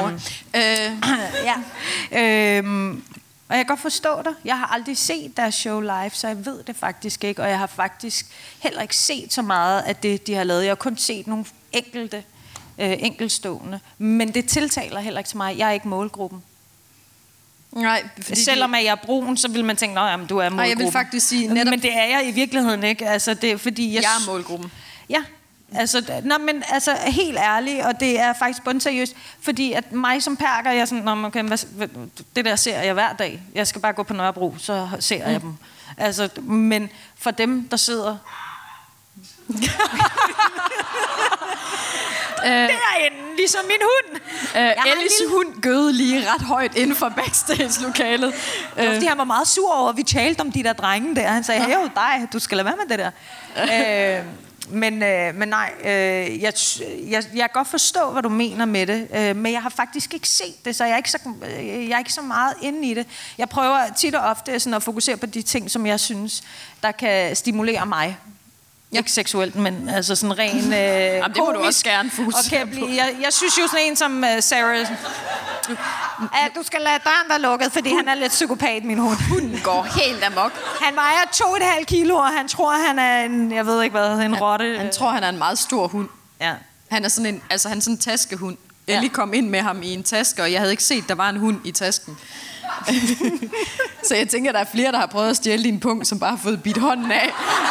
Og jeg kan godt forstå dig. Jeg har aldrig set deres show live, så jeg ved det faktisk ikke. Og jeg har faktisk heller ikke set så meget af det, de har lavet. Jeg har kun set nogle enkeltstående. Men det tiltaler heller ikke til mig. Jeg er ikke målgruppen. Nej, selvom jeg er brun, så vil man tænke, at du er målgruppen. Nej, jeg vil faktisk sige netop... Men det er jeg i virkeligheden ikke. Altså, det er, fordi jeg er målgruppen. Ja, altså helt ærligt, og det er faktisk bundseriøst, fordi at mig som perker, jeg er sådan, okay, det der ser jeg hver dag. Jeg skal bare gå på Nørrebro, så ser jeg dem. Altså, men for dem, der sidder... derinde, ligesom min hund. Ellis hund gøede lige ret højt inden for backstage-lokalet. Fordi han var meget sur over, vi talte om de der drenge der. Han sagde, hey, dig, du skal lade være med det der. Men nej, jeg kan godt forstå, hvad du mener med det, men jeg har faktisk ikke set det, så jeg er ikke så meget inde i det. Jeg prøver tit og ofte sådan at fokusere på de ting, som jeg synes, der kan stimulere mig. Ja. Ikke seksuelt, men altså sådan ren jamen, det må du også gerne fokusere på. Jeg synes jo sådan en som Sarah... du skal lade døren være lukket, fordi han er lidt psykopat, min hund. Hunden går helt amok. Han vejer 2,5 kilo, og han tror, han er en, jeg ved ikke hvad, en rotte. Han tror, han er en meget stor hund. Ja. Han er sådan en taskehund. Ellie kom ind med ham i en taske, og jeg havde ikke set, der var en hund i tasken. Så jeg tænker, der er flere, der har prøvet at stjæle din punkt, som bare har fået bidt hånden af.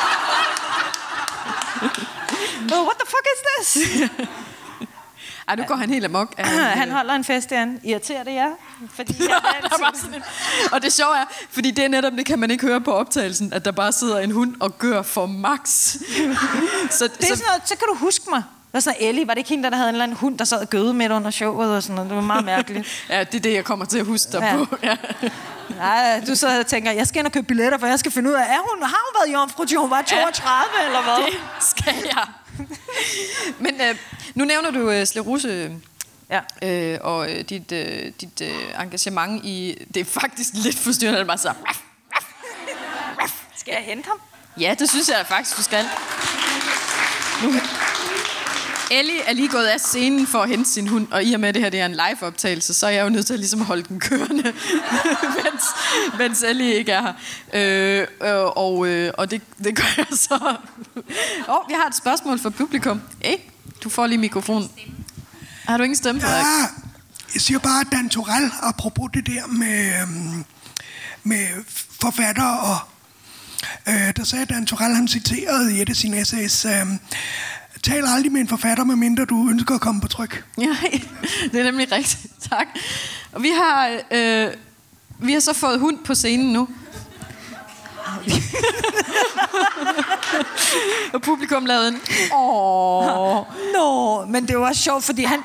What the fuck is this? Ej, nu går han helt amok. Han holder en fest derinde. Irriterer det jer? Fordi og det sjove er, fordi det er netop, det kan man ikke høre på optagelsen, at der bare sidder en hund og gør for max. så kan du huske mig. Hvad så Ellie? Var det ikke hende, der havde en eller anden hund, der sad og gøede midt under showet og sådan noget? Det var meget mærkeligt. Ja, det er det, jeg kommer til at huske dig på. Ja. Ja, du så tænker, jeg skal ind og købe billetter, for jeg skal finde ud af, har hun været jomfru, til hun var 32 eller hvad? Det skal jeg. Men nu nævner du sklerose og dit engagement i... Det er faktisk lidt forstyrrende, at bare så... Skal jeg hente ham? Ja, det synes jeg faktisk, du skal. Nu. Ellie er lige gået af scenen for at hente sin hund, og i og med det her det er en live-optagelse, så er jeg jo nødt til at ligesom holde den kørende, mens Ellie ikke er her. Og det gør jeg så. Vi har et spørgsmål fra publikum. Hey, du får lige mikrofonen. Har du ingen stemme, Frederik? Ja, jeg siger bare, at Dan Turell, apropos det der med forfattere, og der sagde Dan Turell, han citerede i et af sine essays, tal aldrig med en forfatter, medmindre du ønsker at komme på tryk. Ja, det er nemlig rigtigt. Tak. Og vi har så fået hund på scenen nu. Og publikum lavede en... Men det var sjovt, fordi han...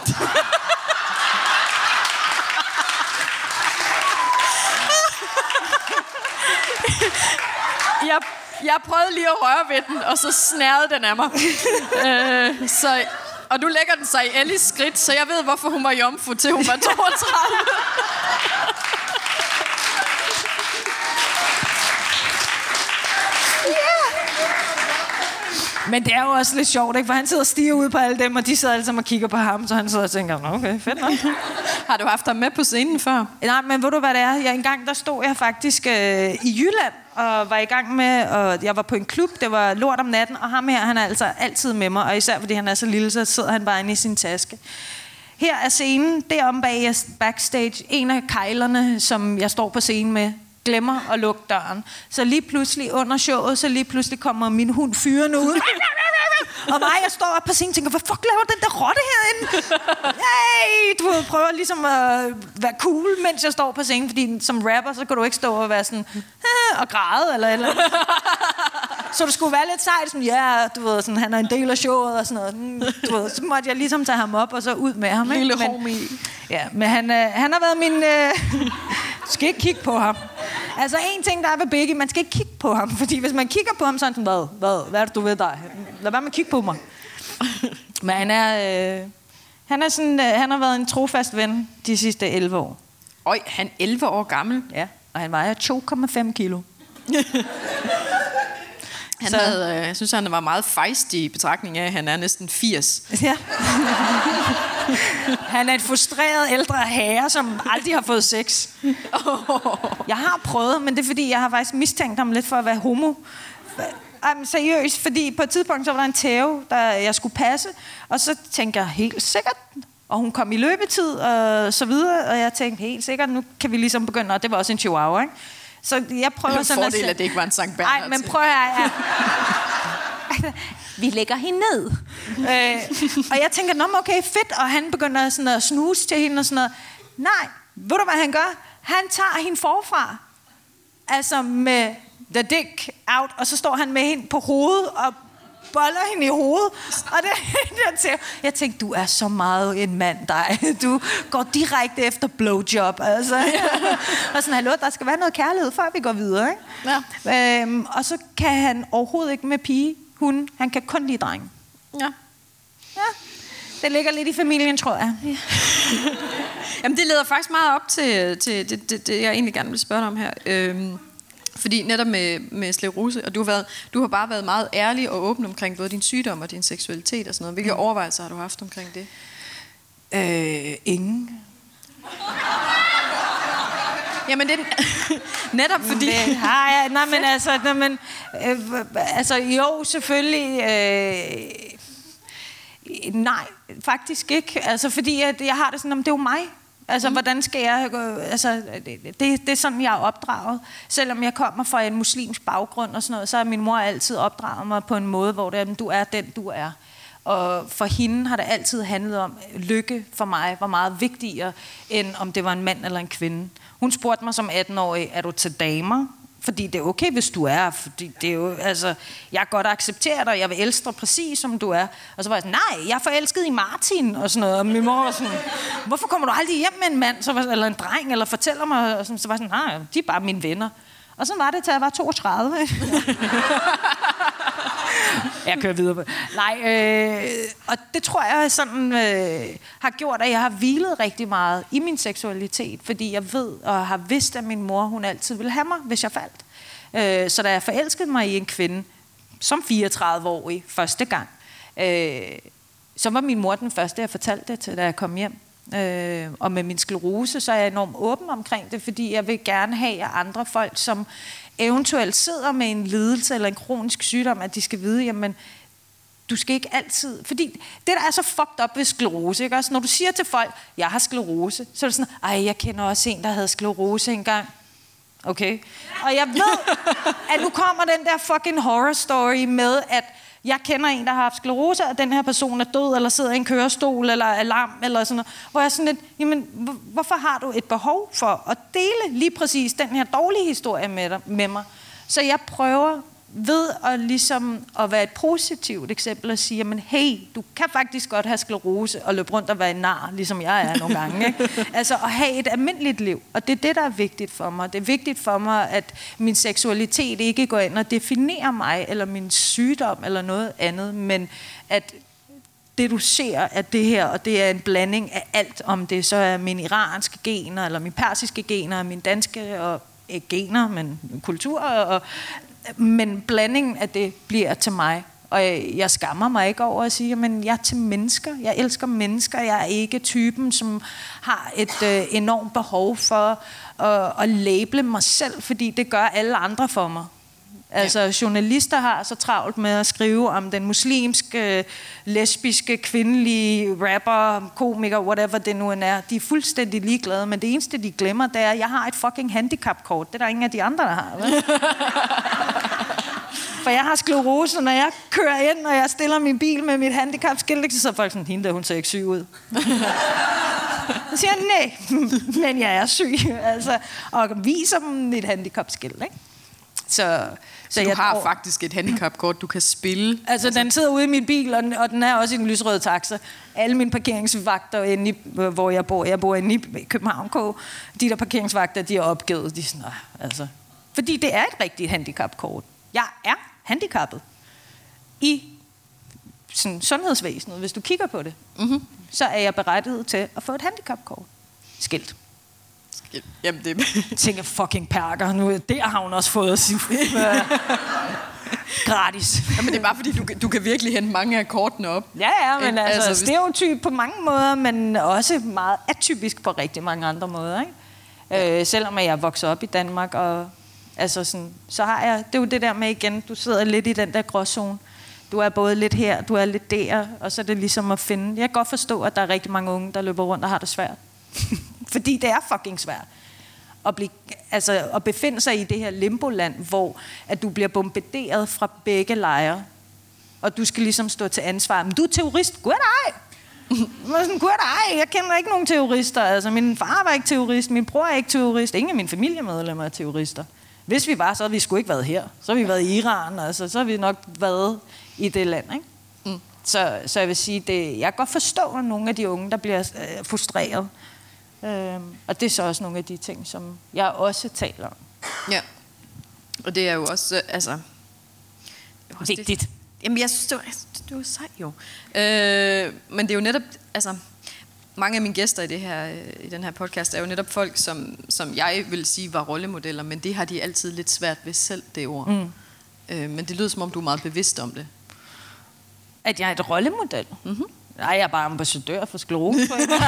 Jeg prøvede lige at røre ved den, og så snærede den af mig. Og nu lægger den sig i Ellis skridt, så jeg ved, hvorfor hun var jomfru, til hun var 32. Men det er jo også lidt sjovt, ikke? For han sidder og stiger ud på alle dem, og de sidder alle sammen og kigger på ham, så han sidder og tænker, okay, fedt nok. Har du haft ham med på scenen før? Nej, men ved du, hvad det er? Engang der stod jeg faktisk i Jylland, og var i gang med, og jeg var på en klub, det var lort om natten, og ham her, han er altså altid med mig, og især fordi han er så lille, så sidder han bare inde i sin taske. Her er scenen, deromme bag backstage, en af kejlerne, som jeg står på scenen med, glemmer at lukke døren. Så lige pludselig under showet, så lige pludselig kommer min hund fyrende ud. Og mig, jeg står op på scenen og tænker, hvad fuck laver den der rotte herinde? Hey, du prøver ligesom at være cool, mens jeg står på scenen, fordi som rapper, så kan du ikke stå og være sådan, og græde eller eller. Så du skulle være lidt sejt, sådan, du ved, sådan, han er en del af showet og sådan noget. Du ved, så måtte jeg ligesom tage ham op og så ud med ham. Lille homie. Ja, men han har været min... Du skal ikke kigge på ham. Altså, en ting, der er ved Biggie, man skal ikke kigge på ham, fordi hvis man kigger på ham, så er han sådan, hvad er det, du ved dig? Lad være med at kigge på mig. Men han har været en trofast ven de sidste 11 år. Øj, han er 11 år gammel. Ja, og han vejer 2,5 kilo. Jeg synes, han var meget feisty i betragtning af, at han er næsten 80. Ja. Han er et frustreret ældre herre, som aldrig har fået sex. Jeg har prøvet, men det er fordi, jeg har faktisk mistænkt ham lidt for at være homo. Seriøst, fordi på et tidspunkt, så var der en tæve, der jeg skulle passe, og så tænkte jeg helt sikkert, og hun kom i løbetid og så videre, og jeg tænkte helt sikkert, nu kan vi ligesom begynde, og det var også en chihuahua, ikke? Så jeg prøver sådan fordel, at det ikke var en Sankt Bernhard. Nej, men prøv at vi lægger hende ned. Og jeg tænker, okay, fedt, og han begynder sådan at snuse til hende og sådan noget. Nej, ved du hvad han gør? Han tager hende forfra. Altså med the dick out, og så står han med hende på hovedet og boller hende i hovedet. Og jeg tænkte, du er så meget en mand, dig. Du går direkte efter blowjob. Altså. Og sådan, hallo, der skal være noget kærlighed, før vi går videre. Ikke? Ja. Og så kan han overhovedet ikke med pige, hun. Han kan kun lide drenge. Ja. Det ligger lidt i familien, tror jeg. Ja. Jamen, det leder faktisk meget op til det, jeg egentlig gerne vil spørge dig om her. Fordi netop med sklerose, og du har bare været meget ærlig og åben omkring både din sygdom og din seksualitet og sådan noget. Hvilke overvejelser har du haft omkring det? Ingen. Jamen det netop fordi... Det har jeg. Altså, jo, selvfølgelig... nej, faktisk ikke. Altså, fordi jeg har det sådan, det er jo mig. Altså, hvordan skal jeg... Altså, det er sådan, jeg er opdraget. Selvom jeg kommer fra en muslimsk baggrund og sådan noget, så har min mor altid opdraget mig på en måde, hvor det er, du er den, du er. Og for hende har det altid handlet om, lykke for mig var meget vigtigere, end om det var en mand eller en kvinde. Hun spurgte mig som 18-årig, er du til damer? Fordi det er okay, hvis du er. Fordi det er jo, altså, jeg godt accepterer dig, jeg vil elske dig præcis, som du er. Og så var jeg sådan, nej, jeg er forelsket i Martin, og sådan noget. Og min mor var sådan, hvorfor kommer du aldrig hjem med en mand, eller en dreng, eller fortæller mig? Og så var jeg sådan, nej, de er bare mine venner. Og sådan var det, til jeg var 32. Jeg kører videre på. Nej, og det tror jeg sådan har gjort, at jeg har hvilet rigtig meget i min seksualitet, fordi jeg ved og har vidst, at min mor, hun altid ville have mig, hvis jeg faldt. Så da jeg forelskede mig i en kvinde, som 34-årig første gang, så var min mor den første, jeg fortalte det til, da jeg kom hjem. Og med min sklerose, så er jeg enormt åben omkring det, fordi jeg vil gerne have, at andre folk, som eventuelt sidder med en lidelse eller en kronisk sygdom, at de skal vide, jamen, du skal ikke altid... Fordi det, der er så fucked up ved sklerose, ikke også? Når du siger til folk, jeg har sklerose, så er det sådan, ej, jeg kender også en, der havde sklerose engang. Okay? Og jeg ved, at nu kommer den der fucking horror story med, at jeg kender en, der har haft sklerose, og den her person er død, eller sidder i en kørestol, eller er lam, eller sådan noget. Hvor jeg sådan lidt, jamen, hvorfor har du et behov for at dele lige præcis den her dårlige historie med mig? Så jeg prøver ved at, ligesom, at være et positivt eksempel og sige, jamen, hey, du kan faktisk godt have sklerose og løbe rundt og være en nar, ligesom jeg er nogle gange. Ikke? Altså at have et almindeligt liv. Og det er det, der er vigtigt for mig. Det er vigtigt for mig, at min seksualitet ikke går ind og definerer mig, eller min sygdom, eller noget andet, men at det, du ser, er det her, og det er en blanding af alt, om det så er mine iranske gener, eller mine persiske gener, mine danske og ikke gener, men kultur, men blandingen af det bliver til mig. Og jeg skammer mig ikke over at sige, men jeg er til mennesker. Jeg elsker mennesker. Jeg er ikke typen, som har et enormt behov for at label mig selv, fordi det gør alle andre for mig. Altså, journalister har så travlt med at skrive om den muslimske, lesbiske, kvindelige rapper, komiker, whatever det nu er. De er fuldstændig ligeglade, men det eneste, de glemmer, det er, at jeg har et fucking handicapkort. Det er der ingen af de andre, der har. For jeg har sklerose, når jeg kører ind, og jeg stiller min bil med mit handicapskilt, så er folk sådan, hende der, hun ser ikke syg ud. Så siger jeg, nej, men jeg er syg. Altså, og viser dem mit handicapskilt, ikke? Så du har faktisk et handicapkort, du kan spille? Altså, den sidder ude i min bil, og den er også i en lysrød taxa. Alle mine parkeringsvagter, inde i, hvor jeg bor inde i København K, de der parkeringsvagter, de er opgivet. De er sådan, altså, Fordi det er et rigtigt handicapkort. Jeg er handicappet i sådan, sundhedsvæsenet. Hvis du kigger på det, så er jeg berettiget til at få et handicapkort. Skilt. Jamen, det... Jeg tænker, fucking perker. Nu, der har hun også fået sin gratis. Jamen, det er bare fordi, du kan virkelig hente mange af kortene op. Ja, men altså stereotyp på mange måder, men også meget atypisk på rigtig mange andre måder, ikke? Ja. Selvom jeg er vokset op i Danmark, og altså sådan, så har jeg... Det er jo det der med igen, du sidder lidt i den der gråzone. Du er både lidt her, du er lidt der, og så er det ligesom at finde... Jeg kan godt forstå, at der er rigtig mange unge, der løber rundt og har det svært. Fordi det er fucking svært at befinde sig i det her limboland, hvor at du bliver bombarderet fra begge lejre, og du skal ligesom stå til ansvar. Men du er terrorist, gud nej! Jeg kender ikke nogen terrorister. Altså, min far var ikke terrorist, min bror er ikke terrorist, ingen af mine familiemedlemmer er terrorister. Hvis vi var, så havde vi sgu ikke været her. Så havde vi været i Iran, altså, så havde vi nok været i det land, ikke? Mm. Så jeg vil sige, jeg kan godt forstå nogle af de unge, der bliver frustreret. Og det er så også nogle af de ting, som jeg også taler om. Ja, og det er jo også, vigtigt. Jamen, jeg synes, det var sejt jo. Men det er jo netop, mange af mine gæster i den her podcast er jo netop folk, som jeg vil sige var rollemodeller, men det har de altid lidt svært ved selv, det ord. Men det lyder som om, du er meget bevidst om det. At jeg er et rollemodel? Mm-hmm. Nej, jeg er bare ambassadør for sklerose.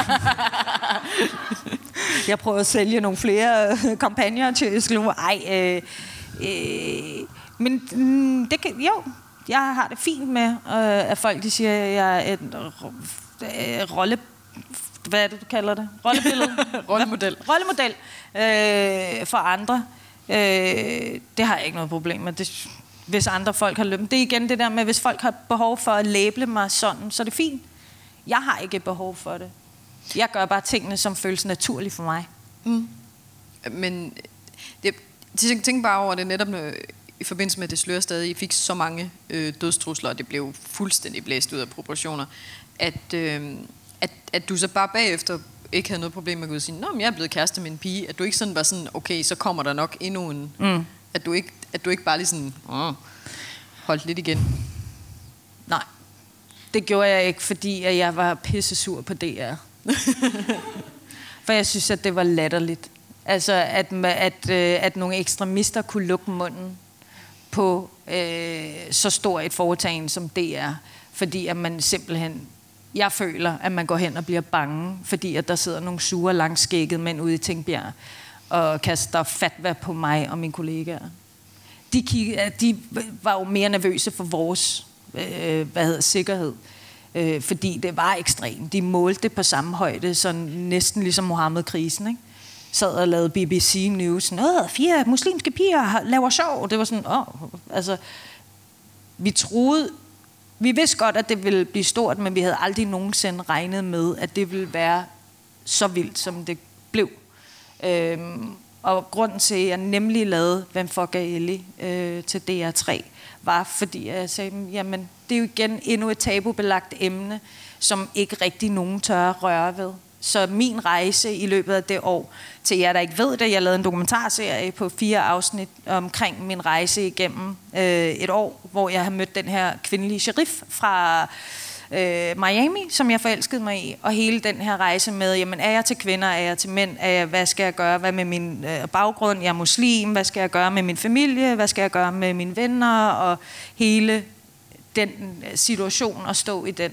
Jeg prøver at sælge nogle flere kampagner til sklerose. Men det kan, jo, jeg har det fint med, at folk de siger, at jeg er et rolle... Hvad er det, du kalder det? Rollebillede? Rollemodel. Rollemodel for andre. Det har jeg ikke noget problem med. Det, hvis andre folk har løbet. Det er igen det der med, hvis folk har behov for at label mig sådan, så er det fint. Jeg har ikke behov for det. Jeg gør bare tingene, som føles naturligt for mig. Mm. Men jeg tænker bare over det netop, i forbindelse med det slører stadig, I fik så mange dødstrusler, og det blev fuldstændig blæst ud af proportioner, at du så bare bagefter ikke havde noget problem med at sige, nå, men jeg er blevet kæreste med en pige, at du ikke sådan var sådan, okay, så kommer der nok endnu en... Mm. At du ikke bare lige sådan, holdt lidt igen. Nej, det gjorde jeg ikke, fordi at jeg var pissesur på DR. For jeg synes, at det var latterligt. Altså, at nogle ekstremister kunne lukke munden på så stor et foretagende som DR. Fordi at man simpelthen... Jeg føler, at man går hen og bliver bange, fordi at der sidder nogle sure, langskæggede mænd ude i Tingbjerg og kaster fatwa på mig og mine kollegaer. De var jo mere nervøse for vores sikkerhed, fordi det var ekstremt. De målte det på samme højde, så næsten ligesom Mohammed-krisen, ikke? Sad og lavede BBC News, 4 muslimske piger laver sjov. Det var sådan, altså, vi vidste godt, at det ville blive stort, men vi havde aldrig nogensinde regnet med, at det ville være så vildt, som det blev. Og grunden til, at jeg nemlig lavede Hvem fuck er Ellie til DR3, var fordi jeg sagde, jamen det er jo igen endnu et tabubelagt emne, som ikke rigtig nogen tør at røre ved. Så min rejse i løbet af det år, til jer der ikke ved det, jeg lavede en dokumentarserie på 4 afsnit omkring min rejse igennem et år, hvor jeg har mødt den her kvindelige sheriff fra Miami, som jeg forelskede mig i, og hele den her rejse med, jamen er jeg til kvinder, er jeg til mænd, hvad skal jeg gøre, hvad med min baggrund, jeg er muslim, hvad skal jeg gøre med min familie, hvad skal jeg gøre med mine venner, og hele den situation at stå i den.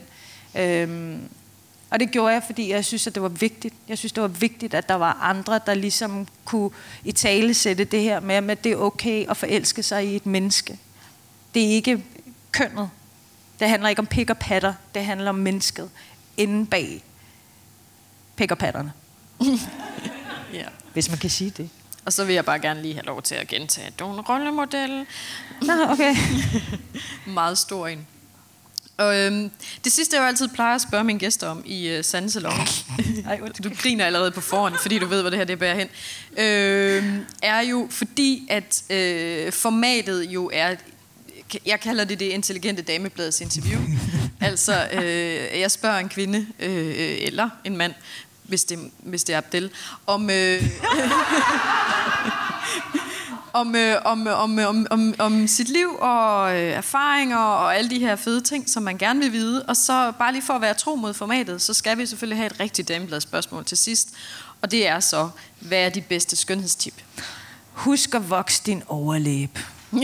Og det gjorde jeg, fordi jeg synes, at det var vigtigt. Jeg synes, det var vigtigt, at der var andre, der ligesom kunne italesætte det her med, at det er okay at forelske sig i et menneske. Det er ikke kønnet. Det handler ikke om pik og patter. Det handler om mennesket inde bag pik og patterne. Ja. Hvis man kan sige det. Og så vil jeg bare gerne lige have lov til at gentage, at du er en rollemodel. Nå, okay. Meget stor en. Og det sidste, jeg jo altid plejer at spørge mine gæster om i Sandesalon, du griner allerede på forhånd, fordi du ved, hvor det her det bærer hen, er jo fordi, at formatet jo er, jeg kalder det intelligente damebladets interview. Altså, jeg spørger en kvinde, eller en mand, hvis det er Abdel, om sit liv og erfaringer og alle de her fede ting, som man gerne vil vide. Og så bare lige for at være tro mod formatet, så skal vi selvfølgelig have et rigtig damebladet spørgsmål til sidst. Og det er så, hvad er de bedste skønhedstip? Husk at vokse din overlæb.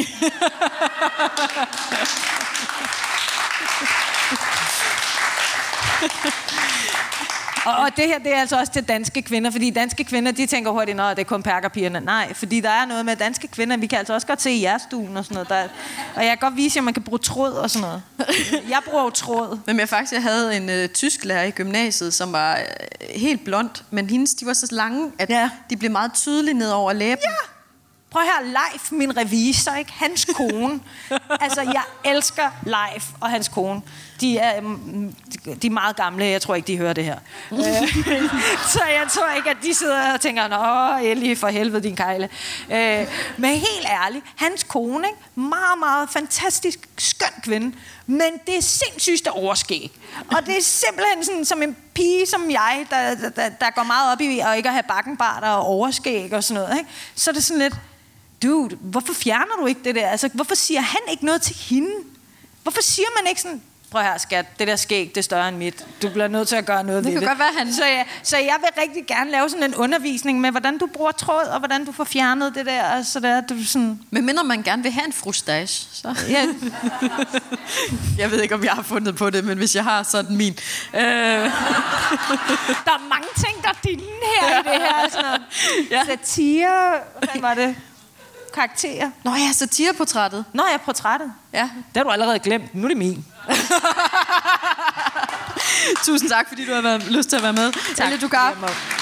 Og det her, det er altså også til danske kvinder, fordi danske kvinder, de tænker hurtigt, at det er kun perkerpigerne. Nej, fordi der er noget med danske kvinder, vi kan altså også godt se i jeres stuen og sådan noget. Og jeg kan godt vise jer, at man kan bruge tråd og sådan noget. Jeg bruger jo tråd. Men jeg havde en tysklærer i gymnasiet, som var helt blond, men hendes, de var så lange, at de blev meget tydelige ned over læben. Ja! Prøv her, Leif, min revisor, ikke? Hans kone. Altså, jeg elsker Leif og hans kone. De er meget gamle, jeg tror ikke, de hører det her. Så jeg tror ikke, at de sidder og tænker, nå, Ellie, for helvede, din kejle. Men helt ærligt, hans kone, ikke? Meget, meget fantastisk, skøn kvinde, men det er sindssygt overskæg. Og det er simpelthen sådan, som en pige som jeg, der går meget op i at ikke at have bakkenbarter og overskæg og sådan noget, ikke? Så er det sådan lidt, dude, hvorfor fjerner du ikke det der? Altså, hvorfor siger han ikke noget til hende? Hvorfor siger man ikke sådan, prøv her skat, det der skæg, det er større end mit. Du bliver nødt til at gøre noget ved det. Det kan godt være, han... Så jeg vil rigtig gerne lave sådan en undervisning med, hvordan du bruger tråd, og hvordan du får fjernet det der. Så der du sådan... Men mindre man gerne vil have en frustage, så... Ja. Jeg ved ikke, om jeg har fundet på det, men hvis jeg har, så er den min. Der er mange ting, der er dine her i det her. Sådan noget. Ja. Satire, hvad var det? Karakterer. Nå ja, satireportrættet. Nå ja, portrættet. Ja. Det har du allerede glemt. Nu er det min. Tusind tak, fordi du har lyst til at være med. Tak. Elle Dugar.